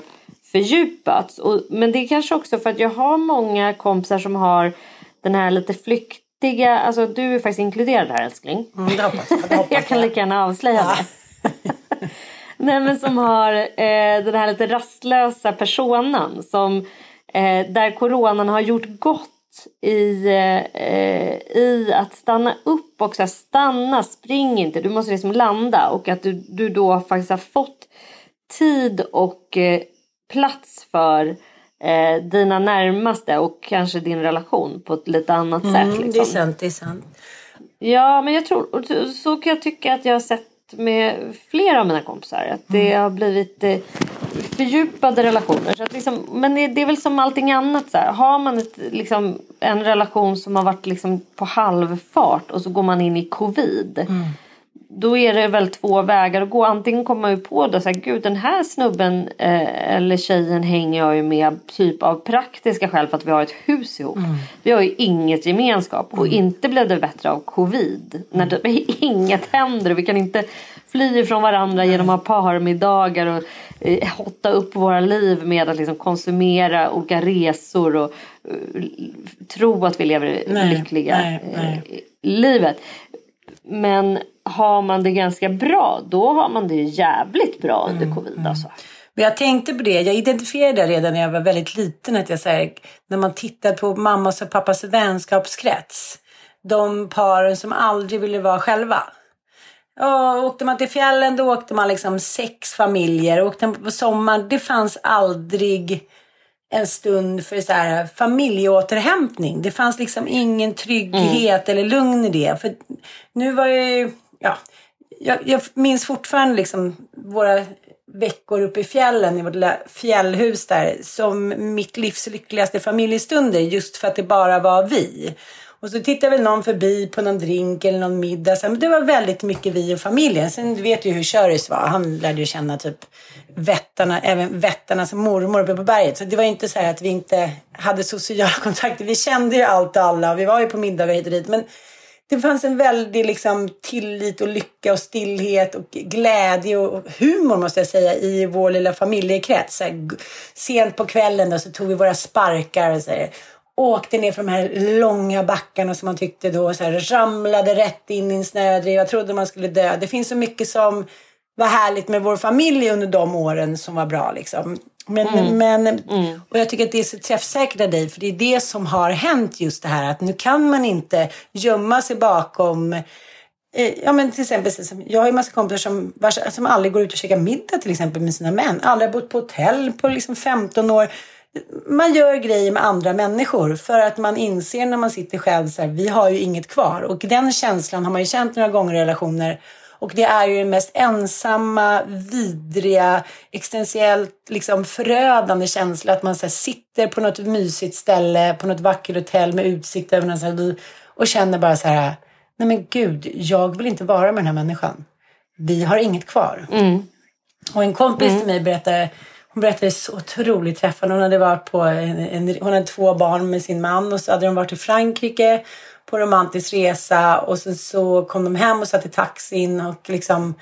fördjupats. Och, men det är kanske också för att jag har många kompisar som har den här lite flykt, riktiga, alltså du är faktiskt inkluderad här, älskling. Mm, det hoppas jag. Det hoppas jag kan lika gärna avslöja ja. det. Nej, men som har eh, den här lite rastlösa personen som eh, där coronan har gjort gott i, eh, i att stanna upp och så här, stanna, spring inte, du måste liksom landa, och att du, du då faktiskt har fått tid och eh, plats för eh, dina närmaste och kanske din relation på ett lite annat mm, sätt liksom. Det är sant, det är sant. Ja, men jag tror, så kan jag tycka att jag har sett med flera av mina kompisar, att det har blivit eh, fördjupade relationer, så att liksom, men det, det är väl som allting annat så här. Har man ett, liksom, en relation som har varit liksom på halvfart och så går man in i covid, mm. då är det väl två vägar att gå. Antingen kommer man ju på det så här, gud, den här snubben eh, eller tjejen hänger jag ju med typ av praktiska skäl för att vi har ett hus ihop. Mm. Vi har ju inget gemenskap, och mm. inte blev det bättre av covid. Mm. När det, inget händer, vi kan inte fly ifrån varandra genom att ha parmiddagar och eh, hotta upp våra liv med att liksom konsumera, åka resor och eh, tro att vi lever nej, lyckliga nej, nej. Eh, livet. Men har man det ganska bra, då har man det ju jävligt bra under mm, covid alltså. Mm. Men jag tänkte på det, jag identifierade det redan när jag var väldigt liten, att jag säger, när man tittar på mammas och pappas vänskapskrets, de paren som aldrig ville vara själva. Ja, åkte man till fjällen, då åkte man liksom sex familjer, åkte man på sommaren, det fanns aldrig en stund för så här familjeåterhämtning. Det fanns liksom ingen trygghet mm. eller lugn i det. För nu var jag ju, ja, jag, jag minns fortfarande liksom våra veckor uppe i fjällen, i vårt lilla fjällhus där, som mitt livs lyckligaste familjestunder, just för att det bara var vi. Och så tittade väl någon förbi på någon drink eller någon middag. Så, men det var väldigt mycket vi och familjen. Sen vet ju hur Köris var. Han lärde ju känna typ vättarna, även vättarnas mormor uppe på berget. Så det var inte så här att vi inte hade sociala kontakter. Vi kände ju allt och alla. Vi var ju på middagar hit och dit. Men det fanns en väldig liksom tillit och lycka och stillhet och glädje och humor, måste jag säga, i vår lilla familjekrets. Så här, sent på kvällen då, så tog vi våra sparkar och så här, åkte ner från de här långa backarna som man tyckte då, så här, ramlade rätt in i en snödriv. Jag trodde man skulle dö. Det finns så mycket som var härligt med vår familj under de åren som var bra liksom. Men, mm. men mm. och jag tycker att det är så träffsäkert av dig, för det är det som har hänt, just det här att nu kan man inte gömma sig bakom eh, ja men till exempel, jag har ju en massa kompisar som, som aldrig går ut och käkar middag till exempel med sina män, aldrig bott på hotell på liksom femton år. Man gör grejer med andra människor för att man inser när man sitter själv så här, vi har ju inget kvar. Och den känslan har man ju känt några gånger i relationer. Och det är ju den mest ensamma, vidriga, existentiellt liksom förödande känsla. Att man så här, sitter på något mysigt ställe, på något vackert hotell med utsikt över någon så här, och känner bara så här, nej men gud, jag vill inte vara med den här människan. Vi har inget kvar. Mm. Och en kompis mm. till mig berättade, hon berättade så otroligt träffande. Hon hade varit på en, en, hon hade två barn med sin man, och så hade de varit i Frankrike på romantisk resa, och sen så kom de hem och satt i taxin, och liksom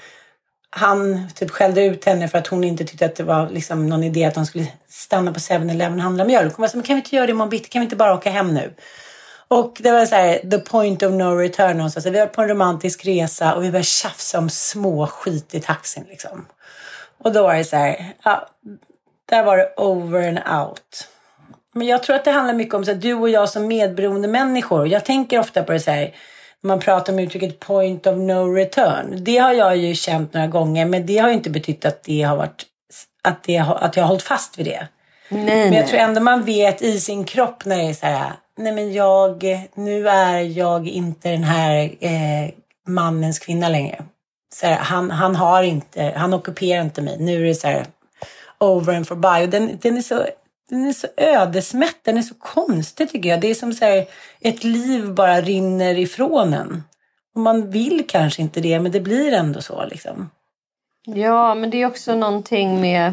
han typ skällde ut henne för att hon inte tyckte att det var liksom någon idé att de skulle stanna på seven eleven och handla mjölk. Hon var så, men kan vi inte göra det imorgon bitti? Kan vi inte bara åka hem nu? Och det var så här, the point of no return. Och så, så vi var på en romantisk resa och vi började tjafsa om små skit i taxin liksom. Och då var det så här, ja, där var det over and out. Men jag tror att det handlar mycket om så att du och jag som medberoende människor. Jag tänker ofta på det så här, när man pratar om uttrycket point of no return. Det har jag ju känt några gånger, men det har ju inte betytt att det har varit, att, det har, att jag har hållit fast vid det. Nej, men jag tror ändå man vet i sin kropp när det är så här, nej men jag, nu är jag inte den här eh, mannens kvinna längre. Så här, han, han har inte, han ockuperar inte mig. Nu är det så här over and for by. Och den, den är så, den är så ödesmätt, den är så konstig tycker jag. Det är som så här, ett liv bara rinner ifrån en. Och man vill kanske inte det, men det blir ändå så liksom. Ja, men det är också någonting med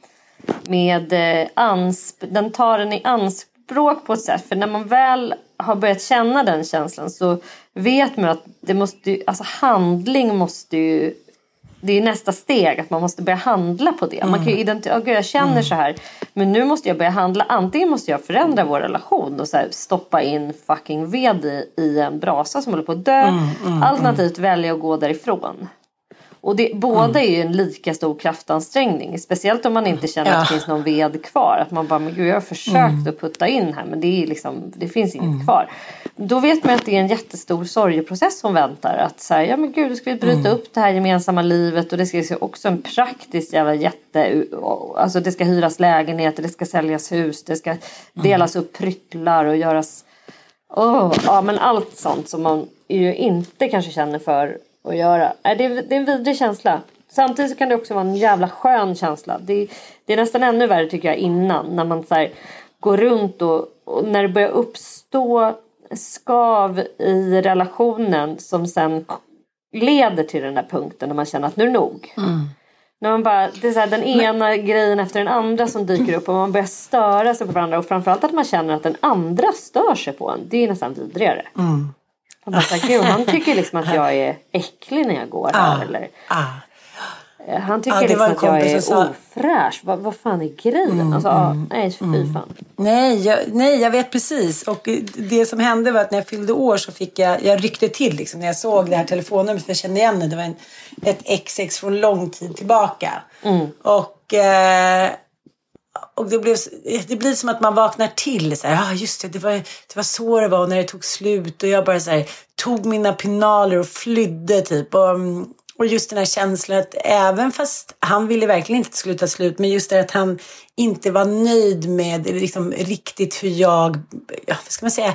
med eh, ansp- den tar den i anspråk på ett sätt. För när man väl har börjat känna den känslan så vet man att det måste ju, alltså handling måste ju det är nästa steg att man måste börja handla på det. Mm. Man kan ju identifiera, okay, jag känner mm. så här, men nu måste jag börja handla. Antingen måste jag förändra vår relation och så här, stoppa in fucking ved i, i en brasa som håller på att dö. Mm, mm, Alternativt mm. välja att gå därifrån. Och det, båda mm. är ju en lika stor kraftansträngning. Speciellt om man inte känner ja. att det finns någon ved kvar. Att man bara, men gud, jag har försökt mm. att putta in här. Men det, är liksom, det finns inget mm. kvar. Då vet man att det är en jättestor sorgeprocess som väntar. Att så här, ja men gud, då ska vi bryta mm. upp det här gemensamma livet. Och det ska också en praktisk jävla jätte... Alltså det ska hyras lägenheter, det ska säljas hus. Det ska delas upp pryttlar och göras... Oh, ja men allt sånt som man ju inte kanske känner för... att göra. Det är, det är en vidrig känsla. Samtidigt så kan det också vara en jävla skön känsla. Det, det är nästan ännu värre tycker jag innan. När man så här, går runt och, och när det börjar uppstå skav i relationen som sen leder till den där punkten när man känner att nu är det nog. Mm. När man bara, det är så här, den ena Men... grejen efter den andra som dyker upp och man börjar störa sig på varandra och framförallt att man känner att den andra stör sig på en. Det är nästan vidrigare. Mm. Han, bara, Gud, han tycker liksom att jag är äcklig när jag går här. Ah, eller, ah. Han tycker ah, liksom att jag är sa... ofräsch. Vad, vad fan är grejen? Mm, alltså, mm, nej, fy mm. fan. Nej jag, nej, jag vet precis. Och det som hände var att när jag fyllde år så fick jag... Jag ryckte till liksom, när jag såg det här telefonnumret. För jag kände igen det. Det var en, ett X X från lång tid tillbaka. Mm. Och... Eh, Och det, blev, det blir som att man vaknar till. Ja, ah, just det, det var, det var så det var när det tog slut. Och jag bara så här, tog mina pinaler och flydde typ. Och, och just den här känslan att även fast han ville verkligen inte sluta slut. Men just det att han inte var nöjd med liksom, riktigt hur jag, ja, vad ska man säga,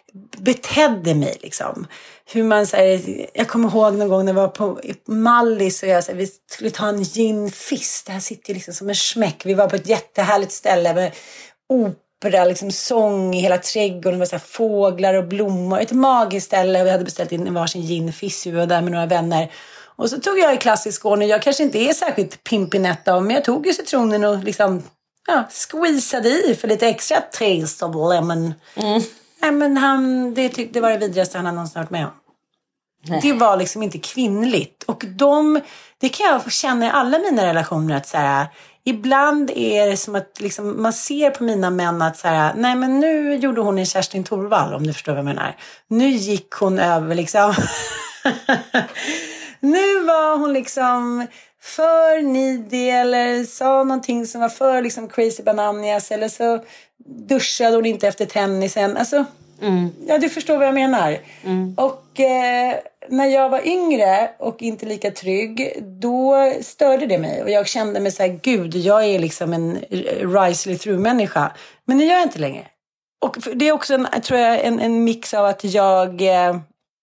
betedde mig liksom. Hur man så här, jag kommer ihåg någon gång när jag var på Mallis och jag så här, vi skulle ta en ginfist. Det här sitter liksom som en smäck. Vi var på ett jättehärligt ställe med opera, liksom sång i hela trädgården. Det var så här fåglar och blommor. Ett magiskt ställe. Vi hade beställt in varsin ginfist. Vi var där med några vänner. Och så tog jag i klassisk ordning. Jag kanske inte är särskilt pimpinetta, men jag tog ju citronen och liksom ja, squeezade i för lite extra taste of lemon. Mm. Nej, men han, det, tyck, det var det vidrigaste han har någonsin varit med om. Nej. Det var liksom inte kvinnligt. Och de, det kan jag känna i alla mina relationer att så här, ibland är det som att liksom, man ser på mina män att så här, nej men nu gjorde hon en Kerstin Thorvall, om du förstår vad jag menar. Nu gick hon över liksom. Nu var hon liksom för nidig eller sa någonting som var för liksom crazy bananas eller så duschade hon inte efter tennisen. Alltså, mm. ja, du förstår vad jag menar. Mm. Och eh, när jag var yngre och inte lika trygg, då störde det mig. Och jag kände mig så här, gud, jag är liksom en risely through-människa. Men det gör jag inte längre. Och det är också, en, tror jag, en, en mix av att jag eh,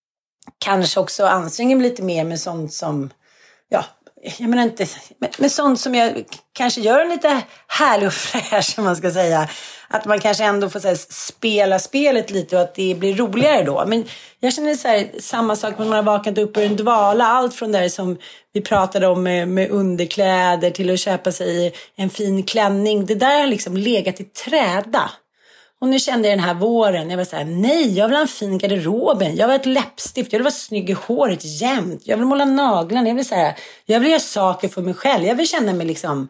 kanske också anstränger mig lite mer med sånt som, ja, jag menar inte, med sånt som jag kanske gör en lite härlig och fräsch, som man ska säga. Att man kanske ändå får så här, spela spelet lite och att det blir roligare då. Men jag känner så här, samma sak när man har vakat upp ur en dvala. Allt från där som vi pratade om med, med underkläder till att köpa sig en fin klänning. Det där har liksom legat i träda. Och nu kände jag den här våren, jag var så här, nej, jag vill ha en fin garderoben. Jag vill ha ett läppstift, jag vill vara snygg i håret jämt. Jag vill måla naglarna, jag vill så här, jag vill göra saker för mig själv. Jag vill känna mig liksom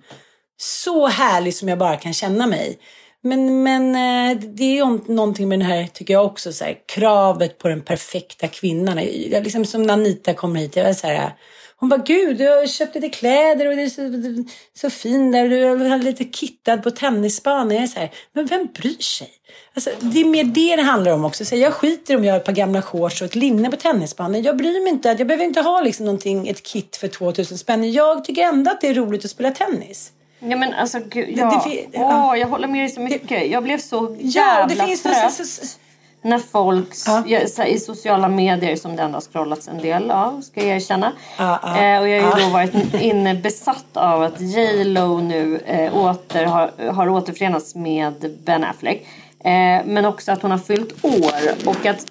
så härlig som jag bara kan känna mig. Men, men det är ju någonting med den här, tycker jag också, så här, kravet på den perfekta kvinnan. Jag, liksom som när Anita kommer hit, jag var så här... Hon bara, gud, du har köpt lite kläder och det är så, så fin där. Du är lite kittad på tennisbanan. Jag är så här, men vem bryr sig? Alltså, det är mer det det handlar om också. Så jag skiter om jag har ett par gamla shorts och ett linne på tennisbanan. Jag bryr mig inte. Jag behöver inte ha liksom någonting, ett kit för tvåtusen spänn. Jag tycker ändå att det är roligt att spela tennis. Ja, men alltså, gud, ja. det, det, Åh, jag håller med dig så mycket. Jag blev så jävla ja, det finns trött. När folk ja. i sociala medier, som det ändå har scrollats en del av, ska jag erkänna. Ja, ja, eh, och jag har ju ja. då varit inne besatt av att J Lo nu eh, åter, har, har återförenats med Ben Affleck. Eh, men också att hon har fyllt år och att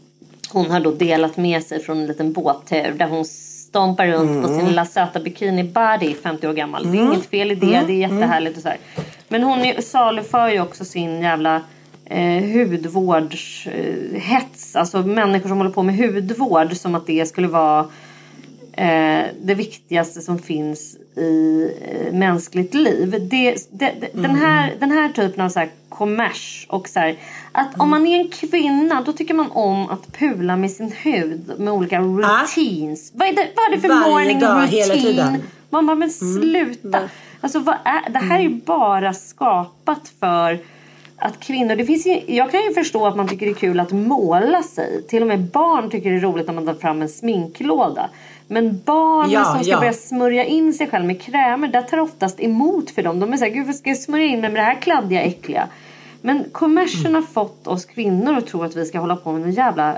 hon har då delat med sig från en liten båttur där hon stompar runt mm. på sin lilla söta bikini body, femtio år gammal. Mm. Det är inget fel i det, mm. det är jättehärligt och så här. Men hon är, saluför ju också sin jävla Eh, hudvårdshets, eh, alltså människor som håller på med hudvård, som att det skulle vara eh, det viktigaste som finns i eh, mänskligt liv. Det, det, det, mm. den, här, den här typen av så här kommers och så här, att mm. om man är en kvinna då tycker man om att pula med sin hud med olika routines. Ah. Vad, är det, vad är det för Varje morning dag, routine? Hela tiden. Man bara, men sluta. Mm. Alltså, vad är, det här är ju bara skapat för att kvinnor, det finns ju, jag kan ju förstå att man tycker det är kul att måla sig. Till och med barn tycker det är roligt när man tar fram en sminklåda. Men barn ja, som ska ja. börja smörja in sig själv med krämer, det tar oftast emot för dem. De är såhär, gud vad ska jag smörja in mig med det här kladdiga, äckliga. Men kommersen mm. har fått oss kvinnor att tro att vi ska hålla på med en jävla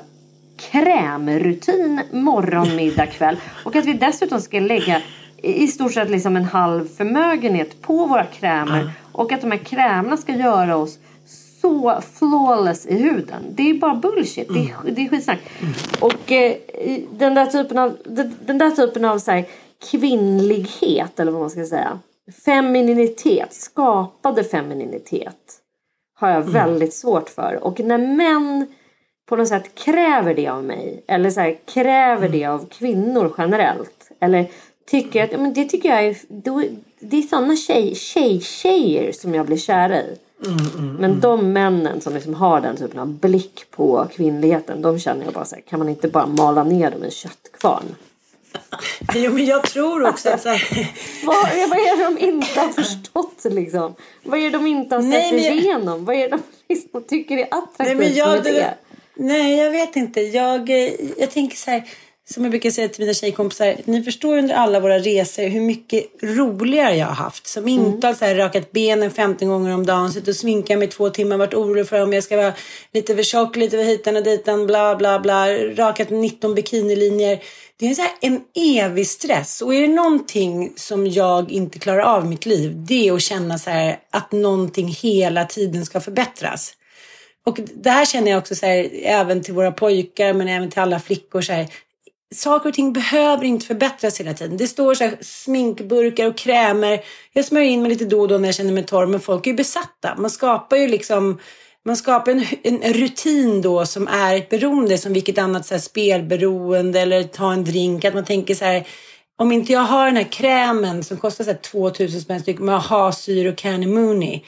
krämrutin morgon, middag, kväll. Och att vi dessutom ska lägga i stort sett liksom en halv förmögenhet på våra krämer. Mm. Och att de här krämerna ska göra oss så flawless i huden. Det är bara bullshit. Mm. Det, är, det är skitsnack. Mm. Och eh, den där typen av, den, den där typen av så här, kvinnlighet, eller vad man ska säga. Femininitet, skapade femininitet har jag mm. väldigt svårt för. Och när män på något sätt kräver det av mig, eller så här, kräver mm. det av kvinnor generellt, eller tycker att, ja, men det tycker jag är, då, det är sådana tjej, tjej, tjejer som jag blir kära i. Mm, mm, men de männen som liksom har den typen av blick på kvinnligheten, de känner jag bara så här, kan man inte bara mala ner dem i en köttkvarn? Jo, men jag tror också att så här... vad, vad är det de inte har förstått liksom? Vad är det de inte har sett nej, igenom? Jag... Vad är det de liksom tycker är attraktivt? Nej, men jag, det, det? nej, jag vet inte. Jag, jag tänker så här, som jag brukar säga till mina tjejkompisar, ni förstår under alla våra resor hur mycket roligare jag har haft. Som inte mm. har så här rakat benen femton gånger om dagen, suttit och sminkat mig två timmar, varit orolig för om jag ska vara lite för tjock, lite för hitan och ditan, bla bla bla, rakat nitton bikinilinjer. Det är så här en evig stress. Och är det någonting som jag inte klarar av i mitt liv, det är att känna så här att någonting hela tiden ska förbättras. Och det här känner jag också så här, även till våra pojkar, men även till alla flickor så här. Saker och ting behöver inte förbättras hela tiden. Det står så här sminkburkar och krämer. Jag smörjer in mig lite då och då när jag känner mig torr. Men folk är ju besatta. Man skapar ju liksom... Man skapar en, en rutin då som är ett beroende. Som vilket annat så här spelberoende. Eller ta en drink. Att man tänker så här... Om inte jag har den här krämen som kostar så här tvåtusen spänn styck. Med ha-syr och Canimuni.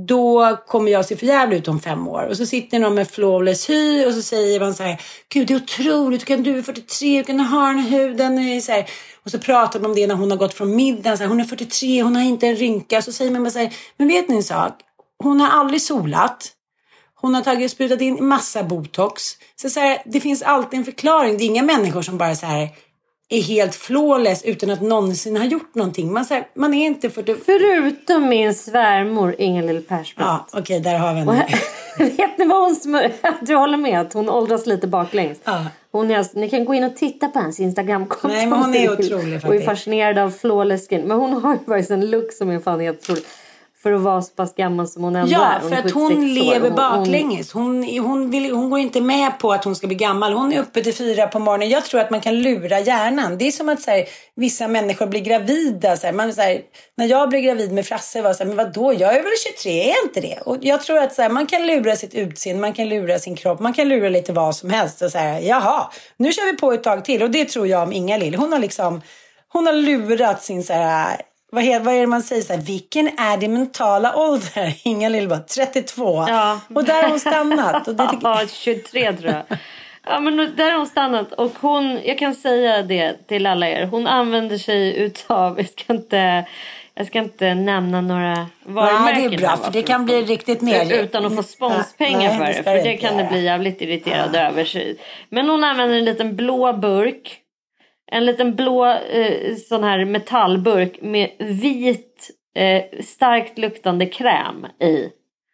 Då kommer jag se för jävla ut om fem år. Och så sitter någon med flawless hy. Och så säger man så här: gud, det är otroligt. Kan du är fyrtiotre, du kan ha den huden. Så här. Och så pratar man om det när hon har gått från middagen. Så här, hon är fyrtiotre, hon har inte en rynka. Så säger man bara så här: men vet ni en sak? Hon har aldrig solat. Hon har tagit sprutat in massa botox. Så, så här, det finns alltid en förklaring. Det är inga människor som bara så här... är helt flawless utan att någonsin ha gjort någonting. Man, så här, man är inte för det... Förutom min svärmor Ingalill Persbrandt. Ja, okej, okay, där har vi henne. Vet ni vad hon smör? Du håller med att hon åldras lite baklänges. Ja. Hon är, ni kan gå in och titta på hans Instagram-konto. Nej, men hon är otrolig faktiskt. Och är fascinerad av flawless skin. Men hon har ju faktiskt en look som är fan helt otrolig. För att vara så pass gammal som hon ändå ja, är. Ja, för att hon lever hon, baklänges. Hon, hon, vill, hon går inte med på att hon ska bli gammal. Hon är uppe till fyra på morgonen. Jag tror att man kan lura hjärnan. Det är som att så här, vissa människor blir gravida. Så här, man, så här, när jag blev gravid med Frasse var så här, men vadå? Jag är väl tjugotre, är inte det? Och jag tror att så här, man kan lura sitt utseende. Man kan lura sin kropp. Man kan lura lite vad som helst. Och så här, jaha, nu kör vi på ett tag till. Och det tror jag om Ingalill. Hon har liksom, hon har lurat sin så här... Vad är, vad är det man säger så här, vilken är det mentala ålder? Ingalill bara trettiotvå. Ja. Och där har hon stannat. Och det tycker... Ja, tjugotre tror jag. Ja, men där har hon stannat. Och hon, jag kan säga det till alla er. Hon använder sig utav, jag ska inte, jag ska inte nämna några varumärken. Nej, det är bra, för det kan bli riktigt ner. Utan att få sponspengar för det. För det, det kan det bli jävligt irriterad ja. över sig. Men hon använder en liten blå burk. En liten blå eh, sån här metallburk med vit eh, starkt luktande kräm i.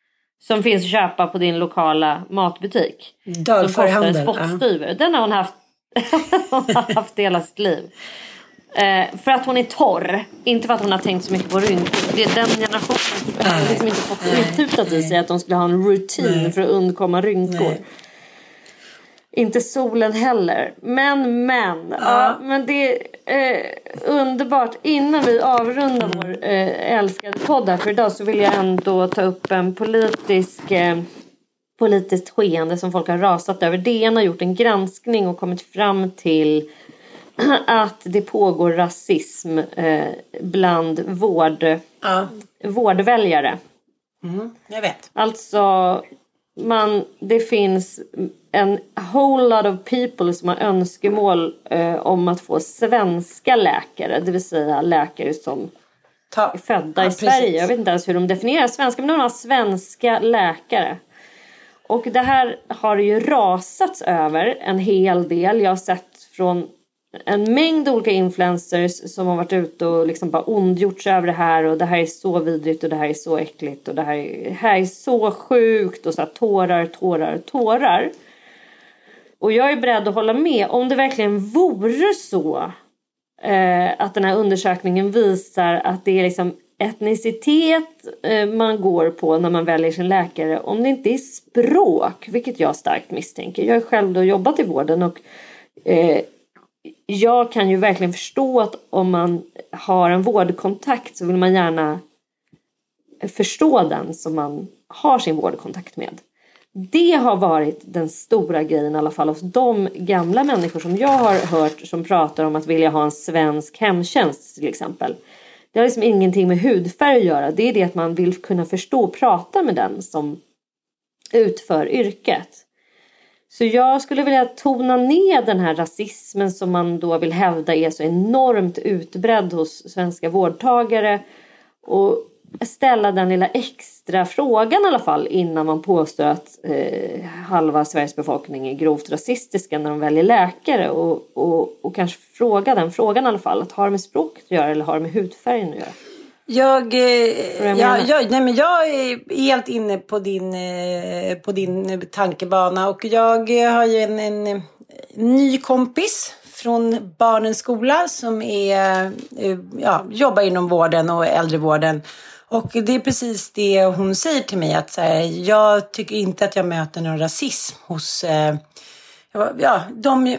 Som finns att köpa på din lokala matbutik. Som kostar en spottstyver. Den har hon haft, hon har haft hela sitt liv. Eh, för att hon är torr. Inte för att hon har tänkt så mycket på rynkor. Det är den generationen som liksom inte fått uttutat i sig att de skulle ha en rutin Nej. för att undkomma rynkor. Nej. Inte solen heller. Men, men. Ja. Ja, men det är eh, underbart. Innan vi avrundar mm. vår eh, älskade podd här för idag så vill jag ändå ta upp en politisk, eh, politiskt skeende som folk har rasat över. D N har gjort en granskning och kommit fram till att det pågår rasism eh, bland vård, ja. vårdväljare. Mm, jag vet. Alltså, man, det finns en whole lot of people som har önskemål eh, om att få svenska läkare. Det vill säga läkare som Ta. är födda ja, i Sverige. Precis. Jag vet inte ens hur de definierar svenska, men de har svenska läkare. Och det här har ju rasats över en hel del. Jag har sett från en mängd olika influencers som har varit ute och liksom bara ondgjort sig över det här. Och det här är så vidrigt och det här är så äckligt. Och det här är, här är så sjukt. Och så här, tårar, tårar, tårar. Och jag är beredd att hålla med. Om det verkligen vore så eh, att den här undersökningen visar att det är liksom etnicitet eh, man går på när man väljer sin läkare. Om det inte är språk, vilket jag starkt misstänker. Jag har själv då jobbat i vården och eh, jag kan ju verkligen förstå att om man har en vårdkontakt så vill man gärna förstå den som man har sin vårdkontakt med. Det har varit den stora grejen i alla fall hos de gamla människor som jag har hört som pratar om att vilja ha en svensk hemtjänst till exempel. Det har liksom ingenting med hudfärg att göra. Det är det att man vill kunna förstå och prata med den som utför yrket. Så jag skulle vilja tona ner den här rasismen som man då vill hävda är så enormt utbredd hos svenska vårdtagare. Och ställa den lilla extra frågan i alla fall innan man påstår att eh, halva Sveriges befolkning är grovt rasistiska när de väljer läkare. Och, och, och kanske fråga den frågan i alla fall. Att har det med språket att göra eller har det med hudfärgen att göra? Jag, eh, jag, jag, nej men jag är helt inne på din, eh, på din tankebana. Och jag har ju en, en ny kompis från barnens skola som är, eh, ja, jobbar inom vården och äldrevården. Och det är precis det hon säger till mig. Att så här, jag tycker inte att jag möter någon rasism hos... Eh, ja, de,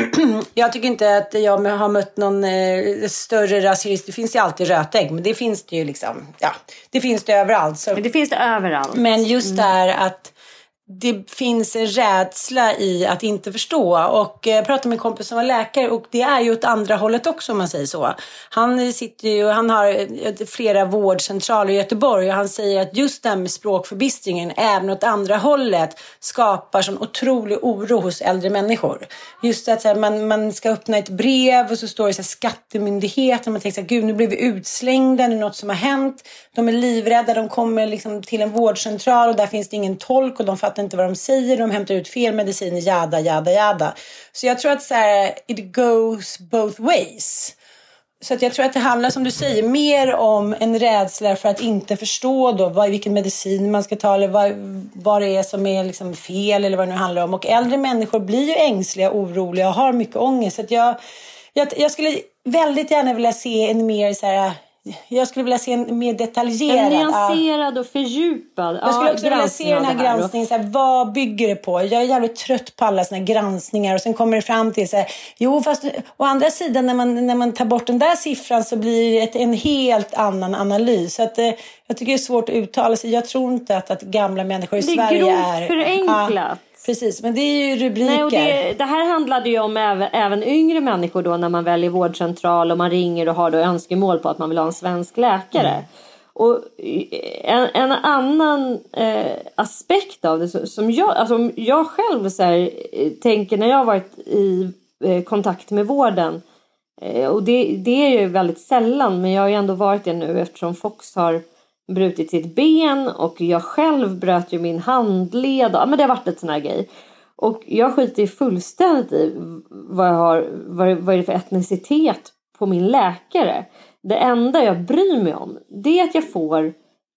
jag tycker inte att jag har mött någon eh, större rasism. Det finns ju alltid rötägg. Men det finns det ju liksom... Ja, det finns det överallt. Så. Men det finns det överallt. Men just där att... Det finns en rädsla i att inte förstå. Och jag pratade med en kompis som var läkare. Och det är ju åt andra hållet också om man säger så. Han sitter ju, han har flera vårdcentraler i Göteborg. Och han säger att just det här med språkförbistringen även åt andra hållet skapar sån otrolig oro hos äldre människor. Just att så här, man, man ska öppna ett brev och så står det så här, skattemyndigheten. Man tänker så här, gud nu blir vi utslängda. Nu är något som har hänt. De är livrädda. De kommer liksom till en vårdcentral och där finns det ingen tolk och de fattar inte vad de säger, de hämtar ut fel medicin, jada, jada, jada. Så jag tror att så här, it goes both ways. Så att jag tror att det handlar, som du säger, mer om en rädsla för att inte förstå då vad, vilken medicin man ska ta eller vad, vad det är som är liksom fel eller vad det nu handlar om. Och äldre människor blir ju ängsliga, oroliga och har mycket ångest. Så att jag, jag, jag skulle väldigt gärna vilja se en mer så här... Jag skulle vilja se en mer detaljerad... En nyanserad och fördjupad. Jag skulle också vilja se den här granskningen. Så här, vad bygger det på? Jag är jävligt trött på alla såna här granskningar. Och sen kommer det fram till så här... Jo, fast å andra sidan när man, när man tar bort den där siffran så blir det en helt annan analys. Så att, eh, jag tycker det är svårt att uttala sig. Jag tror inte att, att gamla människor i Sverige är... Det är förenklat. Ja, precis, men det är ju rubriker. Nej, och det, det här handlade ju om även, även yngre människor då när man väljer vårdcentral och man ringer och har då önskemål på att man vill ha en svensk läkare. Mm. Och en, en annan eh, aspekt av det som jag, alltså jag själv så här, tänker när jag har varit i eh, kontakt med vården eh, och det, det är ju väldigt sällan, men jag har ju ändå varit det nu eftersom Fox har brutit sitt ben och jag själv bröt ju min handled. Ja, men det har varit ett sån här grej. Och jag skiter fullständigt i vad jag har, vad, vad är det för etnicitet på min läkare. Det enda jag bryr mig om, det är att jag får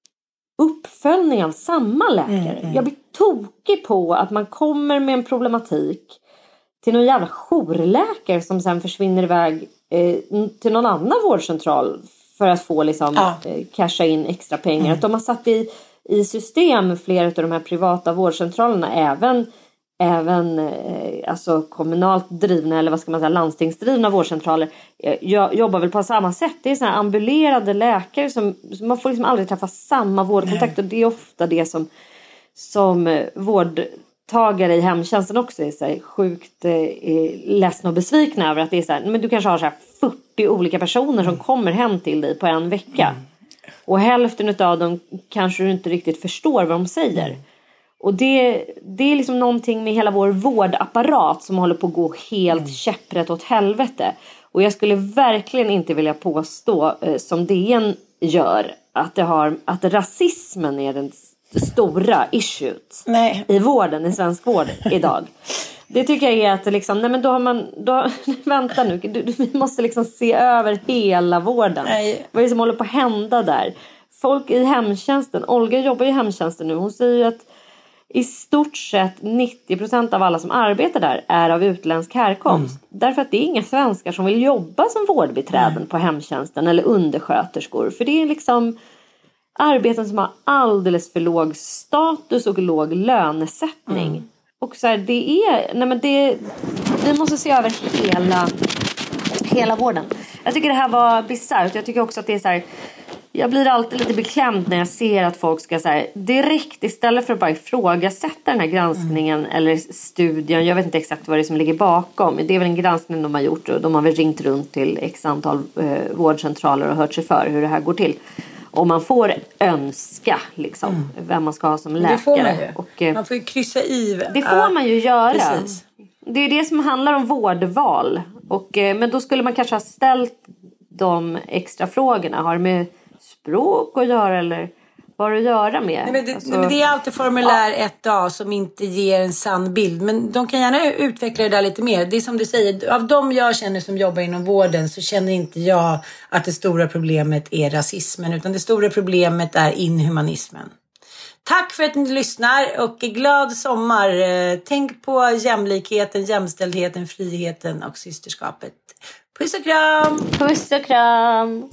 uppföljning av samma läkare. Mm, mm. Jag blir tokig på att man kommer med en problematik till någon jävla jourläkare som sen försvinner iväg eh, till någon annan vårdcentral för att få liksom ja. eh, casha in extra pengar. Mm. Att de har satt i, i system flera av de här privata vårdcentralerna, även, även eh, alltså kommunalt drivna eller vad ska man säga, landstingsdrivna vårdcentraler. Eh, jag jobbar väl på samma sätt. Det är såna här ambulerade läkare som, som man får liksom aldrig träffa samma vårdkontakt. Nej. Och det är ofta det som, som vård arbetstagare i hemtjänsten också är så här sjukt eh, ledsna och besvikna över att det är så här, men du kanske har så här fyrtio olika personer som kommer hem till dig på en vecka. Mm. Och hälften av dem kanske du inte riktigt förstår vad de säger. Mm. Och det, det är liksom någonting med hela vår vårdapparat som håller på att gå helt mm. käpprätt åt helvete. Och jag skulle verkligen inte vilja påstå, eh, som D N gör, att, det har, att rasismen är den stora issuet nej. I vården, i svensk vård idag. Det tycker jag är att liksom, nej men då har man, då, vänta nu, du, du, vi måste liksom se över hela vården. Nej. Vad är det som håller på att hända där? Folk i hemtjänsten, Olga jobbar i hemtjänsten nu, hon säger ju att i stort sett nittio procent av alla som arbetar där är av utländsk härkomst. Mm. Därför att det är inga svenskar som vill jobba som vårdbiträden mm. på hemtjänsten eller undersköterskor. För det är liksom arbeten som har alldeles för låg status och låg lönesättning. Mm. Och så här, det är, nej men det, vi måste se över hela, hela vården. Jag tycker det här var bisarrt. Jag tycker också att det är så här, jag blir alltid lite beklämd när jag ser att folk ska så här, direkt istället för att bara ifrågasätta den här granskningen mm. eller studien. Jag vet inte exakt vad det är som ligger bakom. Det är väl en granskning de har gjort och de har väl ringt runt till x antal eh, vårdcentraler och hört sig för hur det här går till. Och man får önska liksom mm. vem man ska ha som läkare. Det får man ju. Och, eh, man får ju kryssa i. Det får man ju göra. Precis. Det är det som handlar om vårdval. Och, eh, men då skulle man kanske ha ställt de extra frågorna. Har det med språk att göra eller vad har det att göra med? Nej, men det, alltså, nej, men det är alltid formulär ja. ett A som inte ger en sann bild. Men de kan gärna utveckla det där lite mer. Det är som du säger, av de jag känner som jobbar inom vården så känner inte jag att det stora problemet är rasismen. Utan det stora problemet är inhumanismen. Tack för att ni lyssnar och glad sommar. Tänk på jämlikheten, jämställdheten, friheten och systerskapet. Puss och kram! Puss och kram!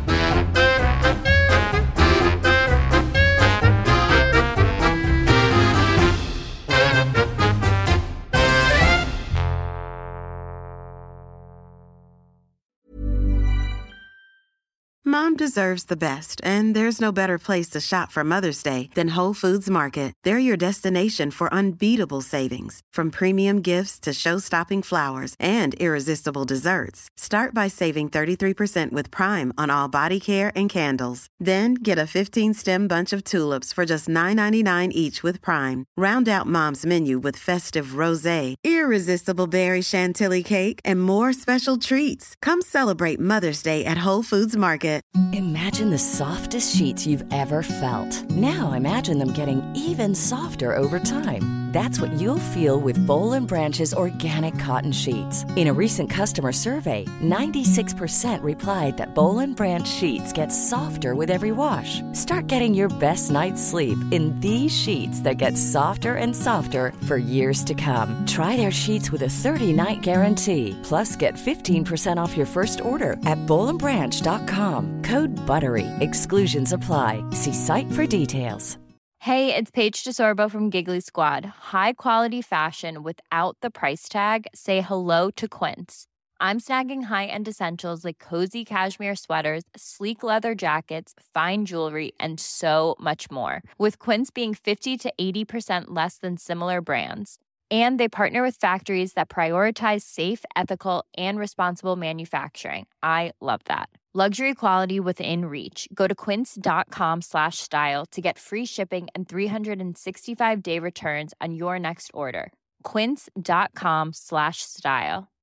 Mom deserves the best, and there's no better place to shop for Mother's Day than Whole Foods Market. They're your destination for unbeatable savings, from premium gifts to show-stopping flowers and irresistible desserts. Start by saving thirty-three percent with Prime on all body care and candles. Then get a fifteen-stem bunch of tulips for just nine ninety-nine each with Prime. Round out Mom's menu with festive rosé, irresistible berry chantilly cake, and more special treats. Come celebrate Mother's Day at Whole Foods Market. Imagine the softest sheets you've ever felt. Now imagine them getting even softer over time. That's what you'll feel with Boll and Branch's organic cotton sheets. In a recent customer survey, ninety-six percent replied that Boll and Branch sheets get softer with every wash. Start getting your best night's sleep in these sheets that get softer and softer for years to come. Try their sheets with a thirty-night guarantee. Plus, get fifteen percent off your first order at boll and branch dot com. Code BUTTERY. Exclusions apply. See site for details. Hey, it's Paige DeSorbo from Giggly Squad. High quality fashion without the price tag. Say hello to Quince. I'm snagging high-end essentials like cozy cashmere sweaters, sleek leather jackets, fine jewelry, and so much more. With Quince being fifty to eighty percent less than similar brands. And they partner with factories that prioritize safe, ethical, and responsible manufacturing. I love that. Luxury quality within reach. Go to quince.com slash style to get free shipping and three sixty-five day returns on your next order. Quince.com slash style.